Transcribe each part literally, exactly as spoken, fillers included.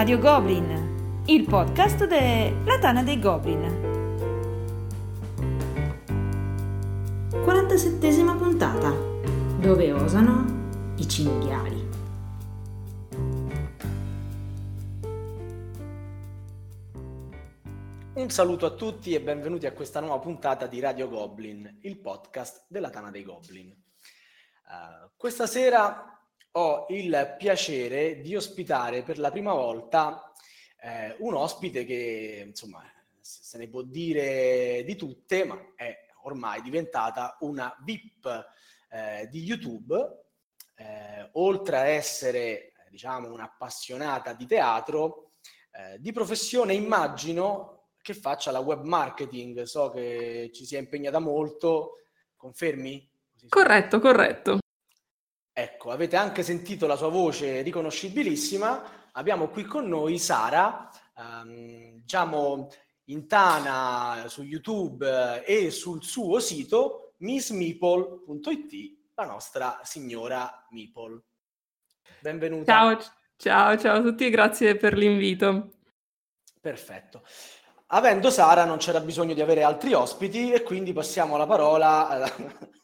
Radio Goblin, il podcast della Tana dei Goblin. quarantasettesima puntata, dove osano i cinghiali. Un saluto a tutti e benvenuti a questa nuova puntata di Radio Goblin, il podcast della Tana dei Goblin. Uh, questa sera ho il piacere di ospitare per la prima volta eh, un ospite che, insomma, se ne può dire di tutte, ma è ormai diventata una V I P eh, di YouTube, eh, oltre a essere, diciamo, un'appassionata di teatro, eh, di professione immagino che faccia la web marketing. So che ci sia impegnata molto, confermi? Corretto, corretto. Ecco, avete anche sentito la sua voce riconoscibilissima. Abbiamo qui con noi Sara, ehm, diciamo in Tana su YouTube e sul suo sito miss meeple punto it, la nostra signora Meeple. Benvenuta. Ciao, ciao, ciao a tutti e grazie per l'invito. Perfetto. Avendo Sara non c'era bisogno di avere altri ospiti e quindi passiamo la parola alla...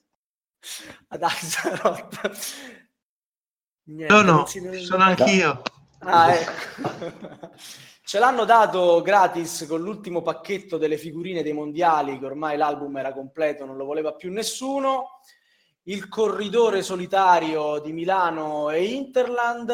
ad Axaroth. Niente, no, no, si... sono anch'io. Ah, ecco. Ce l'hanno dato gratis con l'ultimo pacchetto delle figurine dei mondiali, che ormai l'album era completo, non lo voleva più nessuno. Il corridore solitario di Milano e Interland,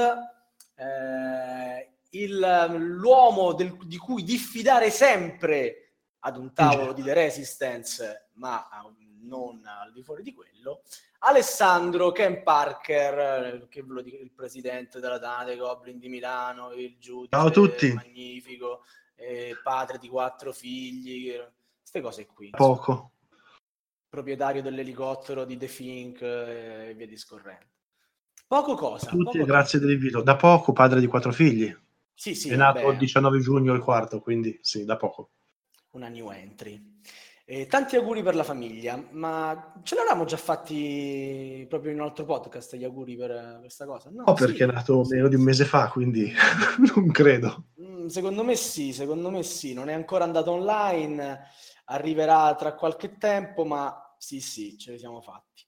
eh, il, l'uomo del, di cui diffidare sempre ad un tavolo di The Resistance, ma non al di fuori di quello, Alessandro Ken Parker, che ve lo dico, il presidente della Tana dei Goblin di Milano, il giudice Ciao a tutti. magnifico, eh, padre di quattro figli, queste cose qui. Poco. Insomma, proprietario dell'elicottero di The Fink eh, e via discorrendo. Poco cosa. Tutti poco e grazie cosa. dell'invito. Da poco padre di quattro figli. Sì, sì, È nato vabbè, il diciannove giugno il quarto, quindi sì, da poco. una new entry. Eh, tanti auguri per la famiglia, ma ce l'avevamo già fatti proprio in un altro podcast gli auguri per questa cosa? No, No, perché sì, è nato sì, meno di un sì. mese fa, quindi non credo. Mm, secondo me sì, secondo me sì, non è ancora andato online, arriverà tra qualche tempo, ma sì, sì, ce ne siamo fatti.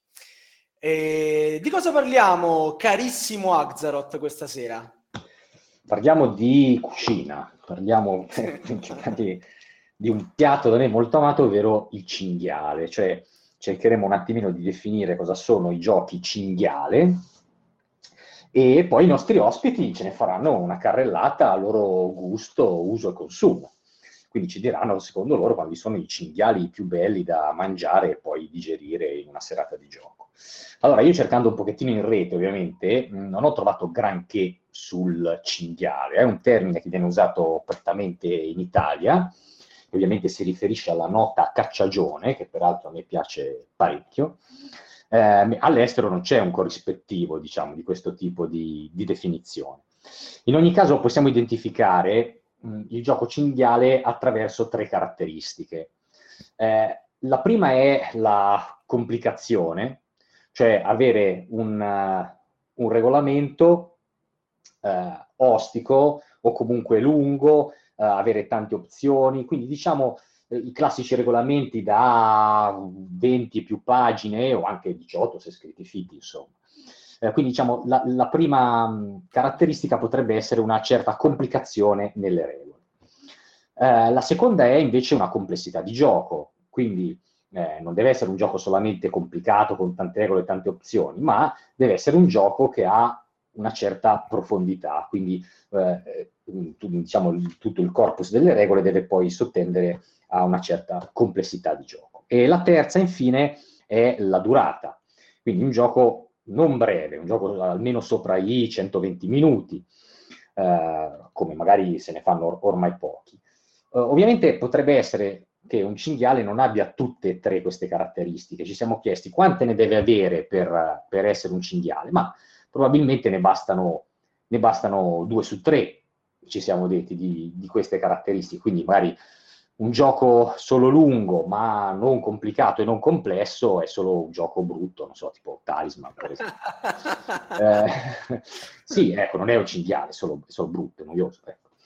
E di cosa parliamo, carissimo Axaroth, questa sera? Parliamo di cucina, parliamo di, di un piatto da me molto amato, ovvero il cinghiale, cioè cercheremo un attimino di definire cosa sono i giochi cinghiale e poi i nostri ospiti ce ne faranno una carrellata a loro gusto, uso e consumo. Quindi ci diranno, secondo loro, quali sono i cinghiali più belli da mangiare e poi digerire in una serata di gioco. Allora, io cercando un pochettino in rete, ovviamente, non ho trovato granché sul cinghiale. È un termine che viene usato prettamente in Italia, che ovviamente si riferisce alla nota cacciagione, che peraltro a me piace parecchio. Eh, all'estero non c'è un corrispettivo, diciamo, di questo tipo di, di definizione. In ogni caso possiamo identificare mh, il gioco cinghiale attraverso tre caratteristiche. Eh, la prima è la complicazione, cioè avere un, uh, un regolamento uh, ostico o comunque lungo, uh, avere tante opzioni, quindi diciamo eh, i classici regolamenti da venti più pagine o anche diciotto se scritti fitti, insomma. Eh, quindi diciamo la, la prima mh, caratteristica potrebbe essere una certa complicazione nelle regole. Eh, la seconda è invece una complessità di gioco, quindi Eh, non deve essere un gioco solamente complicato con tante regole e tante opzioni, ma deve essere un gioco che ha una certa profondità, quindi eh, diciamo tutto il corpus delle regole deve poi sottendere a una certa complessità di gioco. E la terza, infine, è la durata, quindi un gioco non breve, un gioco almeno sopra i centoventi minuti, eh, come magari se ne fanno or- ormai pochi. Eh, ovviamente potrebbe essere che un cinghiale non abbia tutte e tre queste caratteristiche. Ci siamo chiesti quante ne deve avere per, per essere un cinghiale, ma probabilmente ne bastano, ne bastano due su tre, ci siamo detti, di, di queste caratteristiche. Quindi magari un gioco solo lungo, ma non complicato e non complesso, è solo un gioco brutto, non so, tipo Talisman, per esempio. eh, sì, ecco, non è un cinghiale, è solo, è solo brutto, noioso, ecco.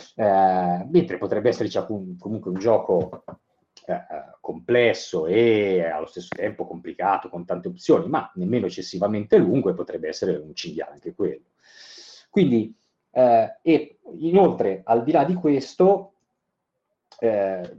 Eh, mentre potrebbe esserci appunto, comunque un gioco eh, complesso e allo stesso tempo complicato, con tante opzioni, ma nemmeno eccessivamente lungo, e potrebbe essere un cinghiale anche quello. Quindi, eh, e inoltre, al di là di questo, eh,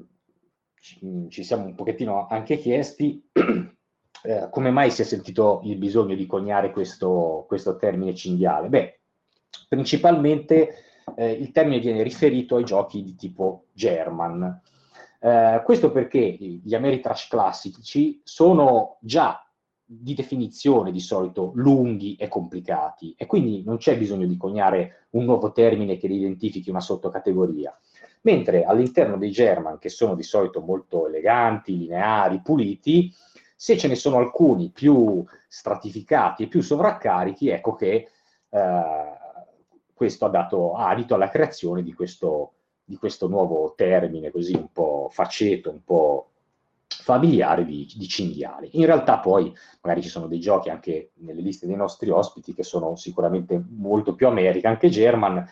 ci, ci siamo un pochettino anche chiesti eh, come mai si è sentito il bisogno di coniare questo, questo termine cinghiale. Beh, principalmente eh, il termine viene riferito ai giochi di tipo German. Eh, questo perché gli Ameritrash classici sono già di definizione di solito lunghi e complicati, e quindi non c'è bisogno di coniare un nuovo termine che li identifichi una sottocategoria. Mentre all'interno dei German, che sono di solito molto eleganti, lineari, puliti, se ce ne sono alcuni più stratificati e più sovraccarichi, ecco che eh, questo ha dato adito alla creazione di questo, di questo nuovo termine così un po' faceto, un po' familiare di, di cinghiali. In realtà poi magari ci sono dei giochi anche nelle liste dei nostri ospiti che sono sicuramente molto più American che German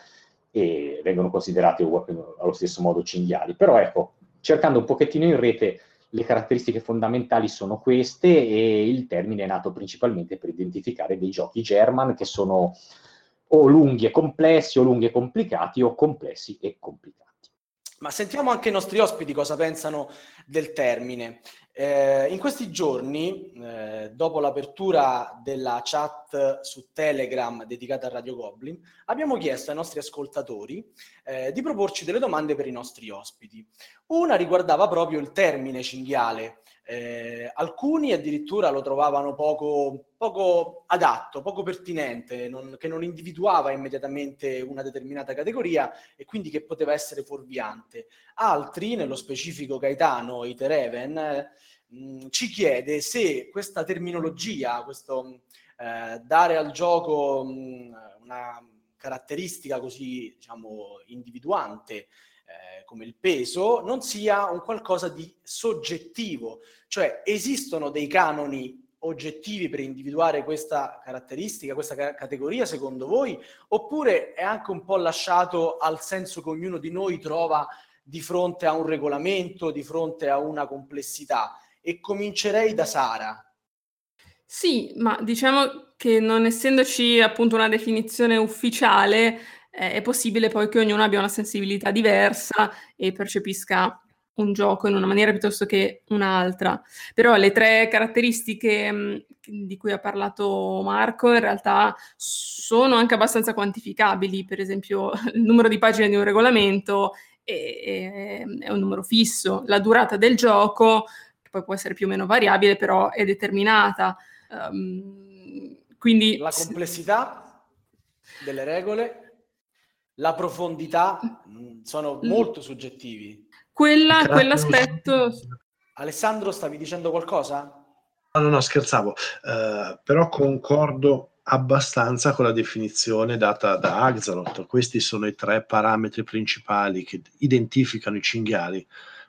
e vengono considerati allo stesso modo cinghiali. Però ecco, cercando un pochettino in rete, le caratteristiche fondamentali sono queste, e il termine è nato principalmente per identificare dei giochi German che sono o lunghi e complessi, o lunghi e complicati, o complessi e complicati. Ma sentiamo anche i nostri ospiti cosa pensano del termine. Eh, in questi giorni, eh, dopo l'apertura della chat su Telegram dedicata a Radio Goblin, abbiamo chiesto ai nostri ascoltatori eh, di proporci delle domande per i nostri ospiti. Una riguardava proprio il termine cinghiale. Eh, alcuni addirittura lo trovavano poco, poco adatto, poco pertinente, non, che non individuava immediatamente una determinata categoria e quindi che poteva essere fuorviante. Altri, nello specifico Gaetano Itereven, eh, mh, ci chiede se questa terminologia, questo eh, dare al gioco mh, una caratteristica così, diciamo, individuante, Eh, come il peso, non sia un qualcosa di soggettivo, cioè esistono dei canoni oggettivi per individuare questa caratteristica, questa ca- categoria secondo voi, oppure è anche un po' lasciato al senso che ognuno di noi trova di fronte a un regolamento, di fronte a una complessità? E comincerei da Sara. Sì, ma diciamo che non essendoci appunto una definizione ufficiale, eh, è possibile poi che ognuno abbia una sensibilità diversa e percepisca un gioco in una maniera piuttosto che un'altra. Però le tre caratteristiche mh, di cui ha parlato Marco in realtà sono anche abbastanza quantificabili. Per esempio, il numero di pagine di un regolamento è, è, è un numero fisso, la durata del gioco, che poi può essere più o meno variabile, però è determinata. Um, quindi La complessità delle regole, la profondità mh, sono molto soggettivi. Quella, quell'aspetto... Alessandro, stavi dicendo qualcosa? No, no, no, scherzavo. Uh, però concordo abbastanza con la definizione data da Axelrod. Questi sono i tre parametri principali che identificano i cinghiali.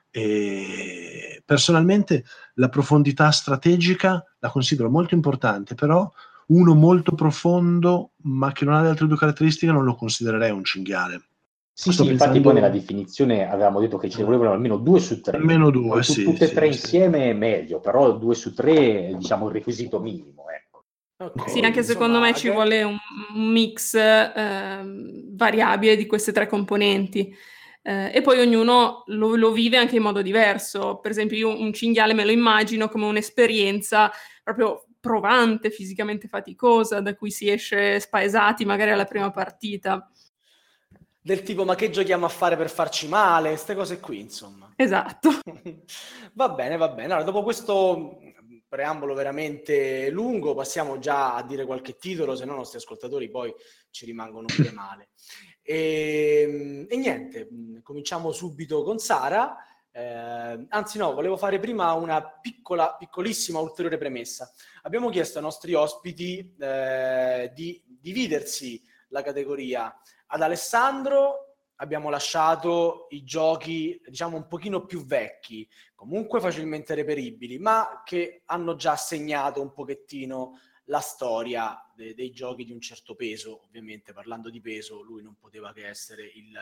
E personalmente la profondità strategica la considero molto importante, però uno molto profondo ma che non ha le altre due caratteristiche non lo considererei un cinghiale. Sì, Sto sì, pensando... infatti poi nella definizione avevamo detto che ci volevano almeno due su tre. Almeno due, poi, sì. Tutte e sì, tre sì. insieme è meglio, però due su tre è, diciamo, il requisito minimo, ecco. Okay, sì, anche insomma, secondo me ci che... vuole un, un mix eh, variabile di queste tre componenti. Eh, e poi ognuno lo, lo vive anche in modo diverso. Per esempio io un cinghiale me lo immagino come un'esperienza proprio provante, fisicamente faticosa, da cui si esce spaesati magari alla prima partita. Del tipo, ma che giochiamo a fare per farci male? Queste cose qui, insomma. Esatto. Va bene, va bene. Allora, dopo questo preambolo veramente lungo, passiamo già a dire qualche titolo, se no i nostri ascoltatori poi ci rimangono pure male. E, e niente, cominciamo subito con Sara. Eh, anzi no, volevo fare prima una piccola, piccolissima ulteriore premessa. Abbiamo chiesto ai nostri ospiti eh, di dividersi la categoria. Ad Alessandro abbiamo lasciato i giochi, diciamo, un pochino più vecchi, comunque facilmente reperibili, ma che hanno già segnato un pochettino la storia de- dei giochi di un certo peso. Ovviamente, parlando di peso, lui non poteva che essere il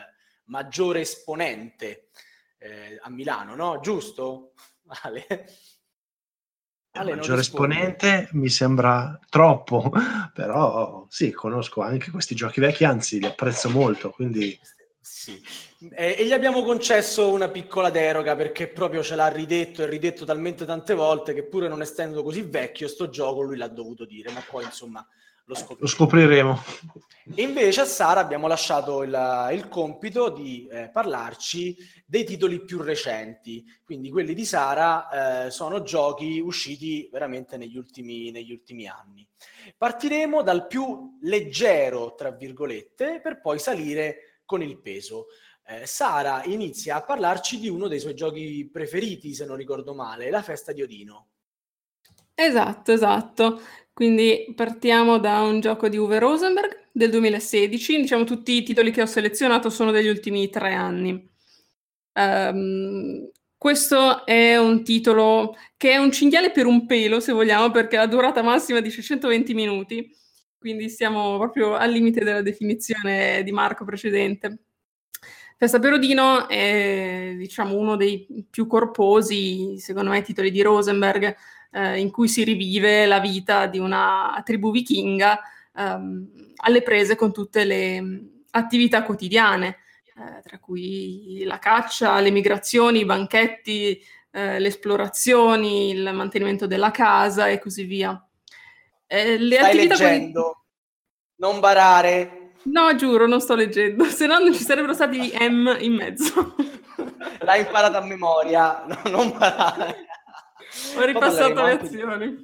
maggiore esponente eh, a Milano, no? Giusto? Ale? Il maggiore esponente mi sembra troppo, però sì, conosco anche questi giochi vecchi, anzi li apprezzo molto, quindi... Sì. E, e gli abbiamo concesso una piccola deroga perché proprio ce l'ha ridetto e ridetto talmente tante volte che pur non essendo così vecchio sto gioco lui l'ha dovuto dire, ma poi insomma lo scopriremo. Lo scopriremo. E invece a Sara abbiamo lasciato il, il compito di eh, parlarci dei titoli più recenti, quindi quelli di Sara eh, sono giochi usciti veramente negli ultimi, negli ultimi anni. Partiremo dal più leggero, tra virgolette, per poi salire con il peso. Eh, Sara inizia a parlarci di uno dei suoi giochi preferiti, se non ricordo male, La festa di Odino. Esatto, esatto. Quindi partiamo da un gioco di Uwe Rosenberg del duemilasedici. Diciamo tutti i titoli che ho selezionato sono degli ultimi tre anni. Um, questo è un titolo che è un cinghiale per un pelo, se vogliamo, perché ha la durata massima di seicentoventi minuti, quindi siamo proprio al limite della definizione di Marco precedente. Festa per Odino è, diciamo, uno dei più corposi, secondo me, titoli di Rosenberg, eh, in cui si rivive la vita di una tribù vichinga ehm, alle prese con tutte le attività quotidiane, eh, tra cui la caccia, le migrazioni, i banchetti, eh, le esplorazioni, il mantenimento della casa e così via. Eh, le Stai attività leggendo, quotidiane... non barare. No, giuro, non sto leggendo, se no non ci sarebbero stati gli M in mezzo. L'hai imparata a memoria, no, non barare. Ho ripassato le azioni.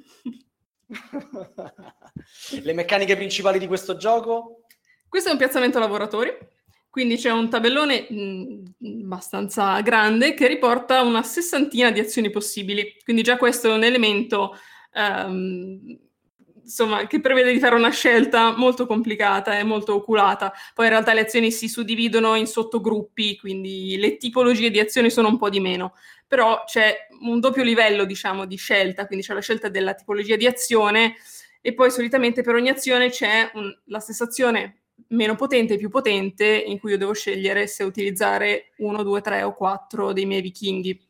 Le meccaniche principali di questo gioco? Questo è un piazzamento lavoratori, quindi c'è un tabellone mh, abbastanza grande che riporta una sessantina di azioni possibili, quindi già questo è un elemento um, insomma, che prevede di fare una scelta molto complicata e molto oculata. Poi in realtà le azioni si suddividono in sottogruppi, quindi le tipologie di azioni sono un po' di meno, però c'è un doppio livello, diciamo, di scelta, quindi c'è la scelta della tipologia di azione e poi solitamente per ogni azione c'è un, la stessa azione meno potente e più potente in cui io devo scegliere se utilizzare uno, due, tre o quattro dei miei vichinghi.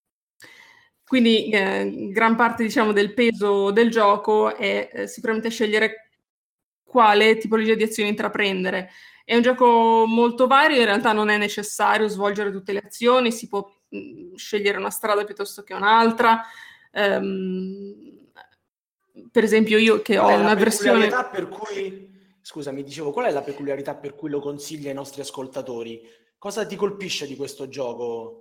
Quindi eh, gran parte, diciamo, del peso del gioco è eh, sicuramente scegliere quale tipologia di azioni intraprendere. È un gioco molto vario, in realtà non è necessario svolgere tutte le azioni, si può mh, scegliere una strada piuttosto che un'altra. Um, per esempio io che qual ho è una la versione... per cui... Scusa, mi dicevo, qual è la peculiarità per cui lo consigli ai nostri ascoltatori? Cosa ti colpisce di questo gioco?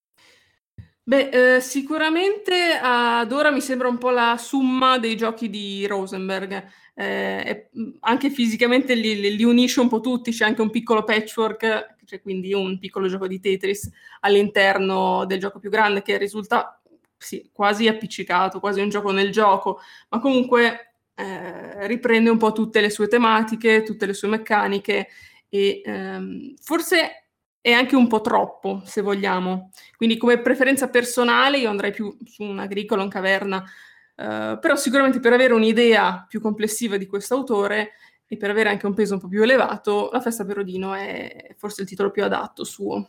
Beh, eh, sicuramente ad ora mi sembra un po' la summa dei giochi di Rosenberg. Eh, e anche fisicamente li, li unisce un po' tutti, c'è anche un piccolo patchwork, c'è quindi un piccolo gioco di Tetris all'interno del gioco più grande che risulta sì, quasi appiccicato, quasi un gioco nel gioco, ma comunque eh, riprende un po' tutte le sue tematiche, tutte le sue meccaniche e ehm, forse è anche un po' troppo, se vogliamo. Quindi come preferenza personale io andrei più su un agricolo, un caverna, uh, però sicuramente per avere un'idea più complessiva di questo autore e per avere anche un peso un po' più elevato, La festa per Odino è forse il titolo più adatto suo.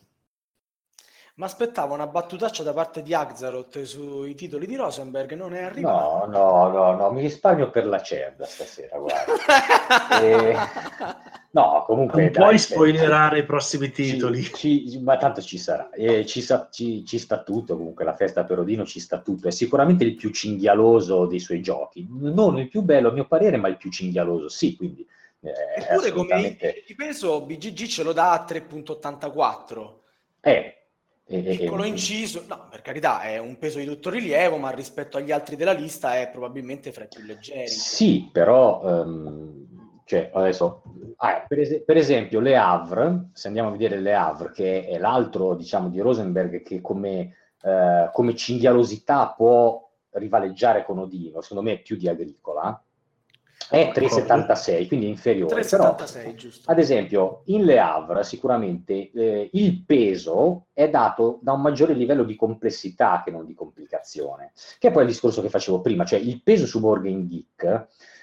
Ma aspettavo una battutaccia da parte di Axaroth sui titoli di Rosenberg, non è arrivato. No, no, no, no, mi risparmio per la cerda stasera, guarda. e... No, comunque... Non dai, puoi beh, spoilerare i prossimi titoli. Ci, ci, ma tanto ci sarà. E ci, sa, ci, ci sta tutto, comunque la festa per Odino ci sta tutto. È sicuramente il più cinghialoso dei suoi giochi. Non il più bello a mio parere, ma il più cinghialoso, sì, quindi... Eh, Eppure assolutamente... come di peso B G G ce lo dà a tre virgola ottantaquattro. Eh, Piccolo e, inciso, no, per carità è un peso di tutto rilievo, ma rispetto agli altri della lista è probabilmente fra i più leggeri. Sì, però um, cioè, adesso, ah, per, es- per esempio Le Havre, se andiamo a vedere Le Havre, che è l'altro, diciamo, di Rosenberg che come, uh, come cinghialosità può rivaleggiare con Odino, secondo me è più di Agricola, è tre virgola settantasei, quindi inferiore. tre virgola settantasei, però, giusto. ad esempio, in Le Havre sicuramente eh, il peso è dato da un maggiore livello di complessità che non di complicazione, che è poi il discorso che facevo prima, cioè il peso su Board Game Geek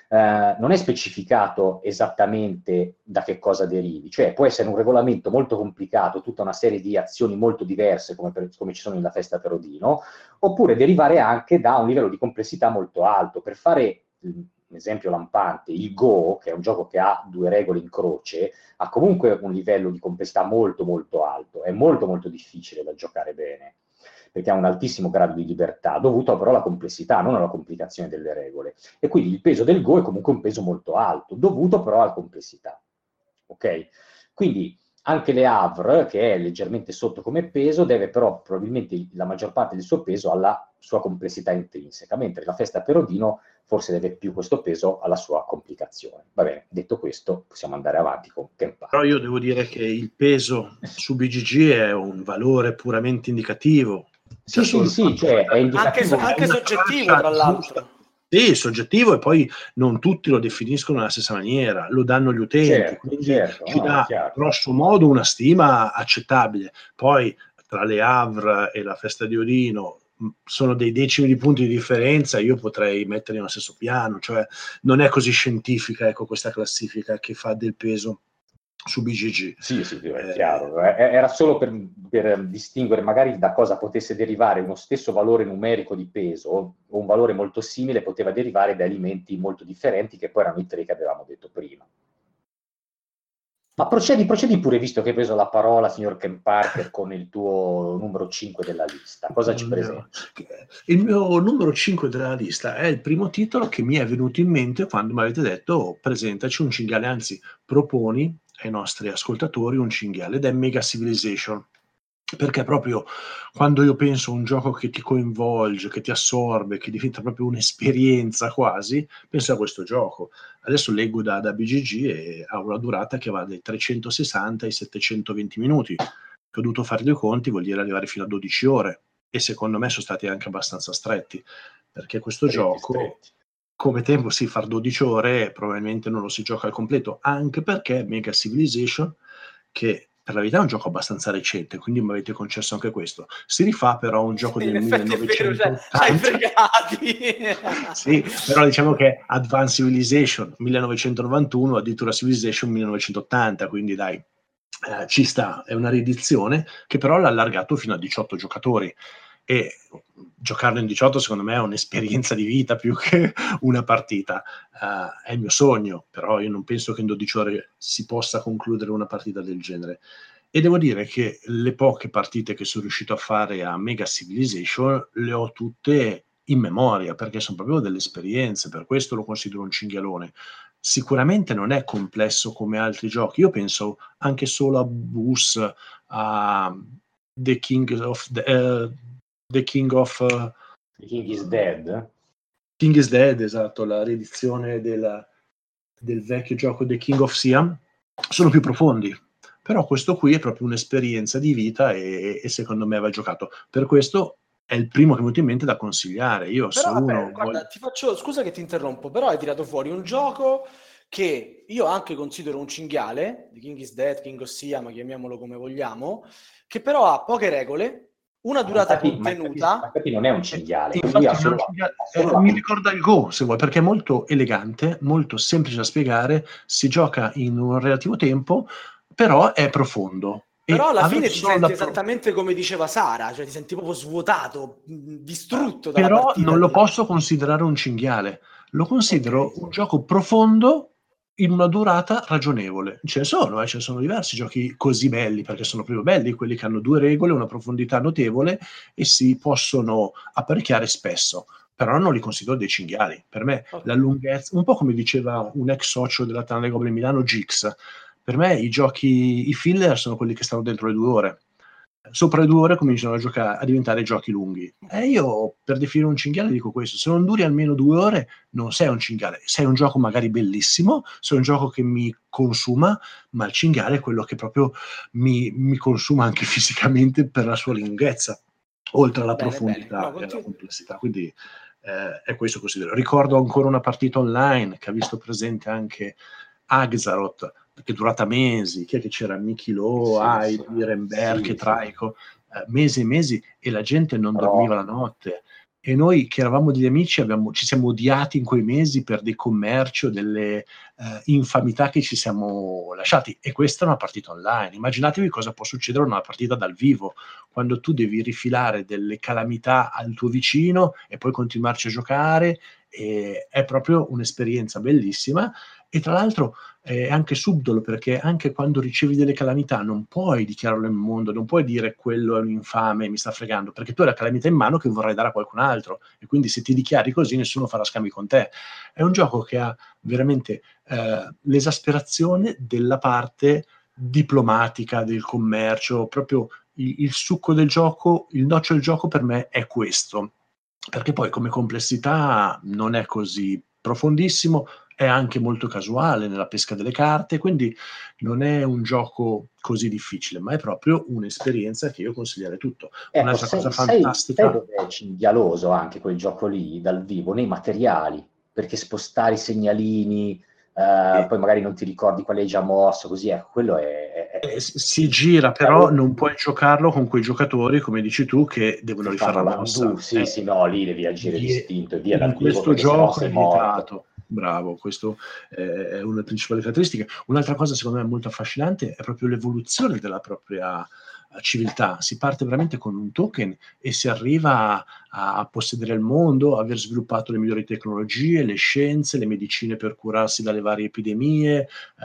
eh, non è specificato esattamente da che cosa derivi, cioè può essere un regolamento molto complicato, tutta una serie di azioni molto diverse come, per, come ci sono nella festa per Odino, oppure derivare anche da un livello di complessità molto alto. Per fare un esempio lampante, il Go, che è un gioco che ha due regole in croce, ha comunque un livello di complessità molto molto alto, è molto molto difficile da giocare bene, perché ha un altissimo grado di libertà, dovuto però alla complessità, non alla complicazione delle regole. E quindi il peso del Go è comunque un peso molto alto, dovuto però alla complessità. Ok? Quindi anche le Havre, che è leggermente sotto come peso, deve però probabilmente la maggior parte del suo peso alla sua complessità intrinseca, mentre la festa per Odino forse deve più questo peso alla sua complicazione. Va bene, detto questo, possiamo andare avanti con Ken Parker. Però io devo dire che il peso su B G G è un valore puramente indicativo. Sì, sì, sì, cioè è indicativo. Anche, anche soggettivo, tra l'altro. Sì, soggettivo, e poi non tutti lo definiscono nella stessa maniera, lo danno gli utenti, certo, quindi certo, ci no, dà chiaro. grosso modo una stima accettabile. Poi tra le Havre e la festa di Odino sono dei decimi di punti di differenza, io potrei metterli nello stesso piano, cioè non è così scientifica, ecco, questa classifica che fa del peso su B G G. Sì, sì, è eh, chiaro. Era solo per, per distinguere magari da cosa potesse derivare uno stesso valore numerico di peso, o un valore molto simile poteva derivare da elementi molto differenti, che poi erano i tre che avevamo detto prima. Ma procedi, procedi pure, visto che hai preso la parola, signor Ken Parker, con il tuo numero cinque della lista. Cosa ci presenti? Il mio numero cinque della lista è il primo titolo che mi è venuto in mente quando mi avete detto oh, presentaci un cinghiale, anzi proponi ai nostri ascoltatori un cinghiale, ed è Mega Civilization, perché proprio quando io penso a un gioco che ti coinvolge, che ti assorbe, che diventa proprio un'esperienza quasi, penso a questo gioco. Adesso leggo da, da B G G e ha una durata che va dai trecentosessanta ai settecentoventi minuti, che ho dovuto fare due conti, vuol dire arrivare fino a dodici ore, e secondo me sono stati anche abbastanza stretti, perché questo stretti, gioco stretti. Come tempo si fa dodici ore, probabilmente non lo si gioca al completo, anche perché Mega Civilization, che per la verità è un gioco abbastanza recente, quindi mi avete concesso anche questo, si rifà però a un gioco del millenovecentottanta. Cioè, fregati. Sì, però diciamo che Advanced Civilization millenovecentonovantuno, addirittura Civilization millenovecentottanta, quindi dai, eh, ci sta, è una riedizione che però l'ha allargato fino a diciotto giocatori, e giocarlo in diciotto secondo me è un'esperienza di vita più che una partita. Uh, è il mio sogno, però io non penso che in dodici ore si possa concludere una partita del genere, e devo dire che le poche partite che sono riuscito a fare a Mega Civilization le ho tutte in memoria, perché sono proprio delle esperienze, per questo lo considero un cinghialone. Sicuramente non è complesso come altri giochi, io penso anche solo a Bus, a The King of the, uh, The King of uh, The King is Dead. King is Dead, esatto, la riedizione della, del vecchio gioco The King of Siam, sono più profondi, però questo qui è proprio un'esperienza di vita e, e secondo me va giocato. Per questo è il primo che mi è venuto in mente da consigliare. Io però, se vabbè, uno guarda, vuole... ti faccio, scusa che ti interrompo, però hai tirato fuori un gioco che io anche considero un cinghiale, The King is Dead, King of Siam, chiamiamolo come vogliamo, che però ha poche regole, una durata infatti, contenuta. Ma infatti non è un cinghiale, Infatti, lui ha non solo, è un cinghiale. ha solo Eh, la... mi ricorda il Go, se vuoi, perché è molto elegante, molto semplice da spiegare, si gioca in un relativo tempo, però è profondo. Però e alla fine ti senti pro... esattamente come diceva Sara, cioè ti senti proprio svuotato, distrutto dalla però partita. non lo posso considerare un cinghiale, lo considero Okay. un gioco profondo in una durata ragionevole. Ce ne sono, eh, ce ne sono diversi giochi così belli, perché sono proprio belli, quelli che hanno due regole, una profondità notevole e si possono apparecchiare spesso, però non li considero dei cinghiali. Per me Okay. la lunghezza, un po' come diceva un ex socio della Tana dei Goblin Milano, Gix, per me i giochi, i filler sono quelli che stanno dentro le due ore. Sopra le due ore cominciano a giocare, a diventare giochi lunghi. E io, per definire un cinghiale, dico questo: se non duri almeno due ore, non sei un cinghiale. Sei un gioco magari bellissimo, sei un gioco che mi consuma, ma il cinghiale è quello che proprio mi, mi consuma anche fisicamente per la sua lunghezza, oltre alla Bene, profondità bene. No, e alla complessità. Quindi eh, è questo che considero. Ricordo ancora una partita online che ha visto presente anche Axaroth, che è durata mesi, che, che c'era Miki Lo, Sì, Heidi, sì. Remberg, Sì, Traico, eh, mesi e mesi, e la gente non Però- dormiva la notte. e noi che eravamo degli amici abbiamo, ci siamo odiati in quei mesi per dei commerci o delle eh, infamità che ci siamo lasciati, e questa è una partita online. Immaginatevi cosa può succedere in una partita dal vivo, quando tu devi rifilare delle calamità al tuo vicino e poi continuarci a giocare, e è proprio un'esperienza bellissima. E tra l'altro è anche subdolo, perché anche quando ricevi delle calamità non puoi dichiararlo in mondo, non puoi dire quello è un infame, mi sta fregando, perché tu hai la calamità in mano che vorrai dare a qualcun altro, e quindi se ti dichiari così nessuno farà scambi con te. È un gioco che ha veramente eh, l'esasperazione della parte diplomatica, del commercio, proprio il, il succo del gioco, il noccio del gioco per me è questo, perché poi come complessità non è così profondissimo, è anche molto casuale nella pesca delle carte, quindi non è un gioco così difficile, ma è proprio un'esperienza che io consiglierei tutto. Ecco, Un'altra sai, cosa sai, fantastica... sai dove è cinghialoso anche quel gioco lì, dal vivo? Nei materiali, perché spostare i segnalini, eh, eh, poi magari non ti ricordi quale hai già mosso, così, ecco, quello è... è, è eh, si gira, però non puoi giocarlo con quei giocatori, come dici tu, che devono che rifare fanno la mossa. l'undo, sì, Eh, sì, no, lì devi agire vie- distinto e via in dal vivo, questo perché sennò gioco è sei morto. vietato. Bravo, questo eh, è una delle principali caratteristiche. Un'altra cosa secondo me molto affascinante è proprio l'evoluzione della propria eh, civiltà. Si parte veramente con un token e si arriva a, a possedere il mondo, aver sviluppato le migliori tecnologie, le scienze, le medicine per curarsi dalle varie epidemie, eh,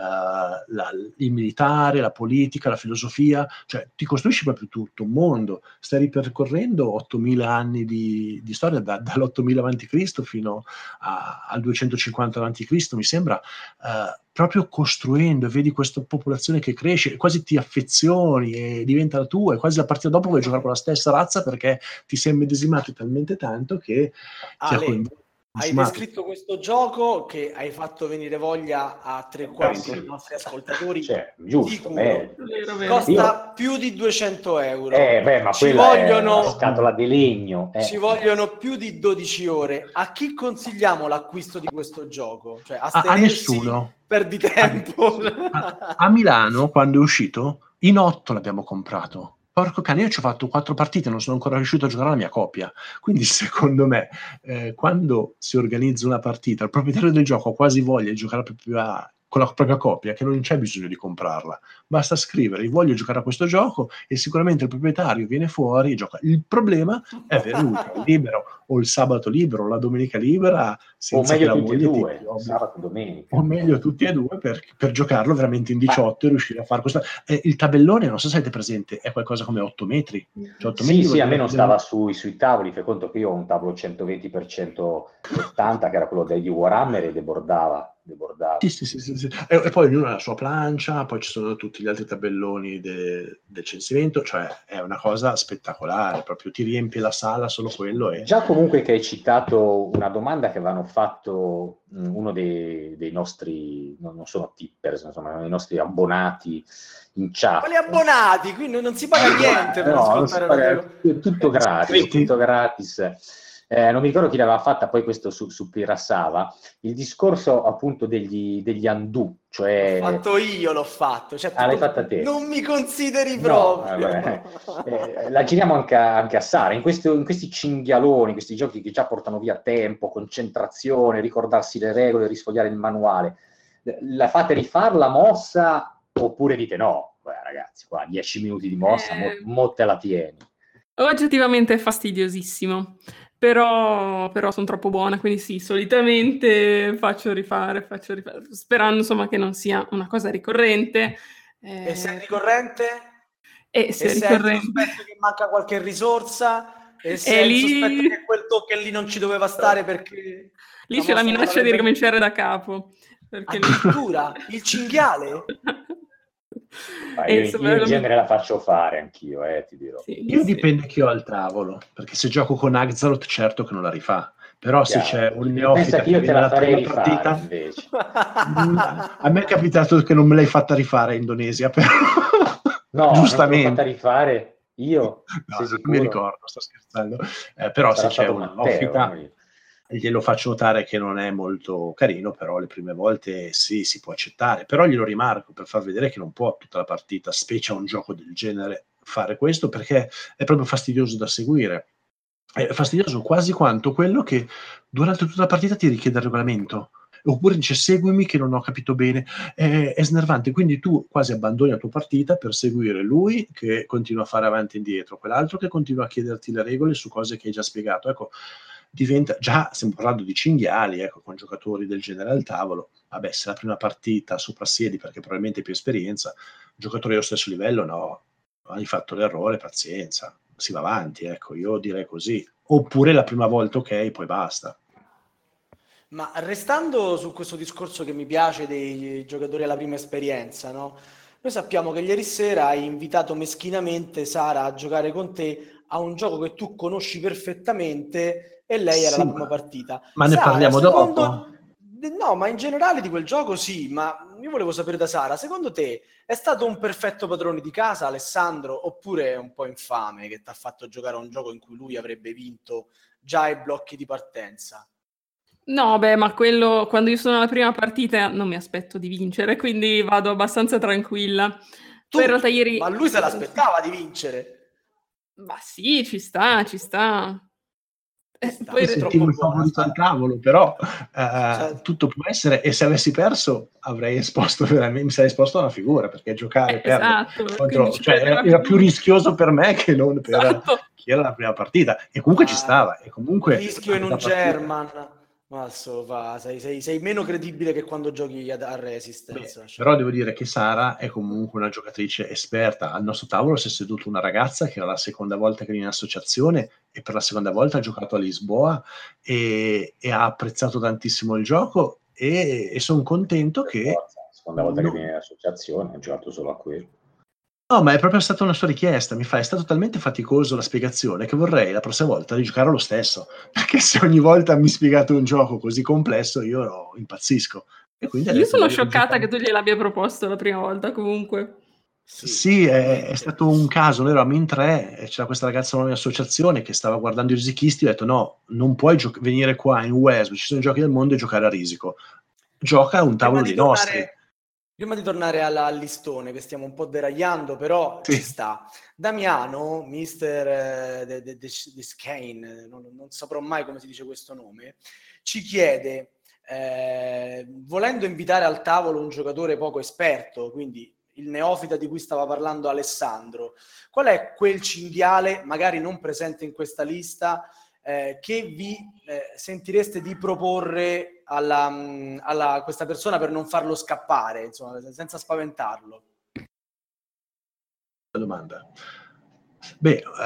la, il militare, la politica, la filosofia, cioè ti costruisci proprio tutto un mondo. Stai ripercorrendo ottomila anni di, di storia, da, dall'ottomila avanti Cristo fino a, al duecentocinquanta avanti Cristo, mi sembra, eh, proprio costruendo, e vedi questa popolazione che cresce, quasi ti affezioni e diventa la tua, e quasi la partita dopo vuoi giocare con la stessa razza perché ti sei immedesimato talmente tanto che ti ha Ale, coinvolto. hai consumato. descritto questo gioco che hai fatto venire voglia a tre quarti dei nostri ascoltatori. Cioè, giusto, Sicuro. beh. Vero, vero. Costa più di duecento euro. Eh, beh, ma ci quella vogliono, è la scatola di legno. Eh. Ci vogliono più di dodici ore. A chi consigliamo l'acquisto di questo gioco? Cioè, A, a astenersi, nessuno. perdi tempo. A, a Milano, quando è uscito, in otto l'abbiamo comprato. Porco cane, io ci ho fatto quattro partite, non sono ancora riuscito a giocare la mia coppia. Quindi, secondo me, eh, quando si organizza una partita, il proprietario del gioco ha quasi voglia di giocare proprio a, con la propria coppia, che non c'è bisogno di comprarla. Basta scrivere, voglio giocare a questo gioco, e sicuramente il proprietario viene fuori e gioca. Il problema è avere il weekend libero, o il sabato libero, o la domenica libera, senza o meglio che la tutti e moglie ti due, obblighi. sabato e domenica. O meglio tutti e due, per, per giocarlo veramente in diciotto. Ma... e riuscire a fare questo. Eh, il tabellone, non so se avete presente, è qualcosa come otto metri. Cioè otto sì, metri sì, a me non dire... stava sui, sui tavoli, fai conto che io ho un tavolo centoventi per centottanta, che era quello di Warhammer, e debordava. debordava. Sì, sì, sì, sì, sì. E, e poi ognuno ha la sua plancia, poi ci sono tutti gli altri tabelloni de, del censimento, cioè è una cosa spettacolare, proprio ti riempie la sala solo quello. E... Già comunque che hai citato una domanda che avevano fatto mh, uno dei, dei nostri, non, non sono tippers, insomma, i nostri abbonati in chat. Quali abbonati? Qui non si paga niente per no, ascoltare paga, radio. è tutto gratis, tutto gratis. Eh, non mi ricordo chi l'aveva fatta, poi questo su, su Pirassava, il discorso appunto degli, degli undo, cioè... L'ho fatto io, l'ho fatto. Cioè, ah, l'hai fatta te? Non mi consideri no, proprio. Eh, la giriamo anche a, anche a Sara, in, questo, in questi cinghialoni, questi giochi che già portano via tempo, concentrazione, ricordarsi le regole, risfogliare il manuale. La fate rifare la mossa oppure dite no? Beh, ragazzi, qua dieci minuti di mossa, eh... mo, mo te la tieni. Oggettivamente è fastidiosissimo, però, però sono troppo buona, quindi sì, solitamente faccio rifare, faccio rifare, sperando insomma che non sia una cosa ricorrente. Eh... E se è ricorrente? E se, e è se ricorrente... è il sospetto che manca qualche risorsa? E se e è lì... il sospetto che quel token lì non ci doveva stare perché... Lì c'è la minaccia di ricominciare da capo. Perché addirittura lì... il cinghiale? Ma io, io in genere la faccio fare anch'io, eh, ti dirò. Sì, io sì. Dipende chi ho al tavolo, perché se gioco con Axaroth certo che non la rifà, però Chiaro. Se c'è un neofita che io che te la farei rifare partita, invece. A me è capitato che non me l'hai fatta rifare in Indonesia, però no, giustamente non l'ho fatta rifare io, no, sei non sicuro? mi ricordo, sto scherzando, eh, però sarà se c'è un neofita glielo faccio notare che non è molto carino, però le prime volte sì, si può accettare, però glielo rimarco per far vedere che non può tutta la partita, specie a un gioco del genere, fare questo, perché è proprio fastidioso da seguire. È fastidioso quasi quanto quello che durante tutta la partita ti richiede il regolamento. Oppure dice seguimi che non ho capito bene, è, è snervante, quindi tu quasi abbandoni la tua partita per seguire lui che continua a fare avanti e indietro, quell'altro che continua a chiederti le regole su cose che hai già spiegato. Ecco, diventa, già stiamo parlando di cinghiali, ecco, con giocatori del genere al tavolo, vabbè, se la prima partita soprassiedi perché probabilmente hai più esperienza, giocatori allo stesso livello no, hai fatto l'errore, pazienza, si va avanti, ecco, io direi così. Oppure la prima volta ok, poi basta. Ma restando su questo discorso che mi piace dei giocatori alla prima esperienza, no? Noi sappiamo che ieri sera hai invitato meschinamente Sara a giocare con te a un gioco che tu conosci perfettamente e lei era Sì, la ma- prima partita. Ma ne Sara, parliamo secondo... dopo? No, ma in generale di quel gioco sì, ma io volevo sapere da Sara, secondo te è stato un perfetto padrone di casa Alessandro oppure è un po' infame che ti ha fatto giocare a un gioco in cui lui avrebbe vinto già ai blocchi di partenza? No, beh, ma quello quando io sono alla prima partita non mi aspetto di vincere, quindi vado abbastanza tranquilla. Poi in realtà Tu, ieri... ma lui se l'aspettava di vincere. Ma sì, ci sta, ci sta. Ci Eh, sta, poi... Mi è troppo sentivo il buona favorito al Sara. tavolo, però eh, Cioè, tutto può essere, e se avessi perso avrei esposto veramente, mi sarei esposto a una figura, perché giocare eh, e perdere esatto, quindi contro, ci cioè, era, prenderà era più... più rischioso per me che non per Esatto. chi era la prima partita, e comunque ci ma stava, e comunque rischio a in un metà partita. German. Ma so, fa, sei, sei, sei meno credibile che quando giochi a, a Resistance. Beh, lascia però devo perdere. dire che Sara è comunque una giocatrice esperta. Al nostro tavolo si è seduta una ragazza che era la seconda volta che viene in associazione e per la seconda volta ha giocato a Lisboa e, e ha apprezzato tantissimo il gioco e, e sono contento Per che... forza, la seconda volta che no- viene in associazione, ho giocato solo a quello. No, ma è proprio stata una sua richiesta. Mi fa, è stato talmente faticoso la spiegazione che vorrei la prossima volta rigiocare lo stesso. Perché se ogni volta mi spiegate un gioco così complesso, io no, impazzisco. E quindi ha Io detto sono voglio scioccata rigiocare. che tu gliel'abbia proposto la prima volta, comunque. Sì, Sì, è, è veramente. stato un caso, noi eravamo in tre, e c'era questa ragazza nuova in associazione che stava guardando i risichisti e ha detto no, non puoi gio- venire qua in West, ci sono i giochi del mondo e giocare a risico. Gioca a un Prima tavolo di dei nostri. tornare, prima di tornare alla, al listone, che stiamo un po' deragliando, però ci Sì. sta. Damiano, mister eh, De, De, De, De Skane, non, non saprò mai come si dice questo nome, ci chiede, eh, volendo invitare al tavolo un giocatore poco esperto, quindi il neofita di cui stava parlando Alessandro, qual è quel cinghiale, magari non presente in questa lista, eh, che vi eh, sentireste di proporre alla, mh, alla, a questa persona per non farlo scappare, insomma, senza spaventarlo? La domanda. Beh, eh,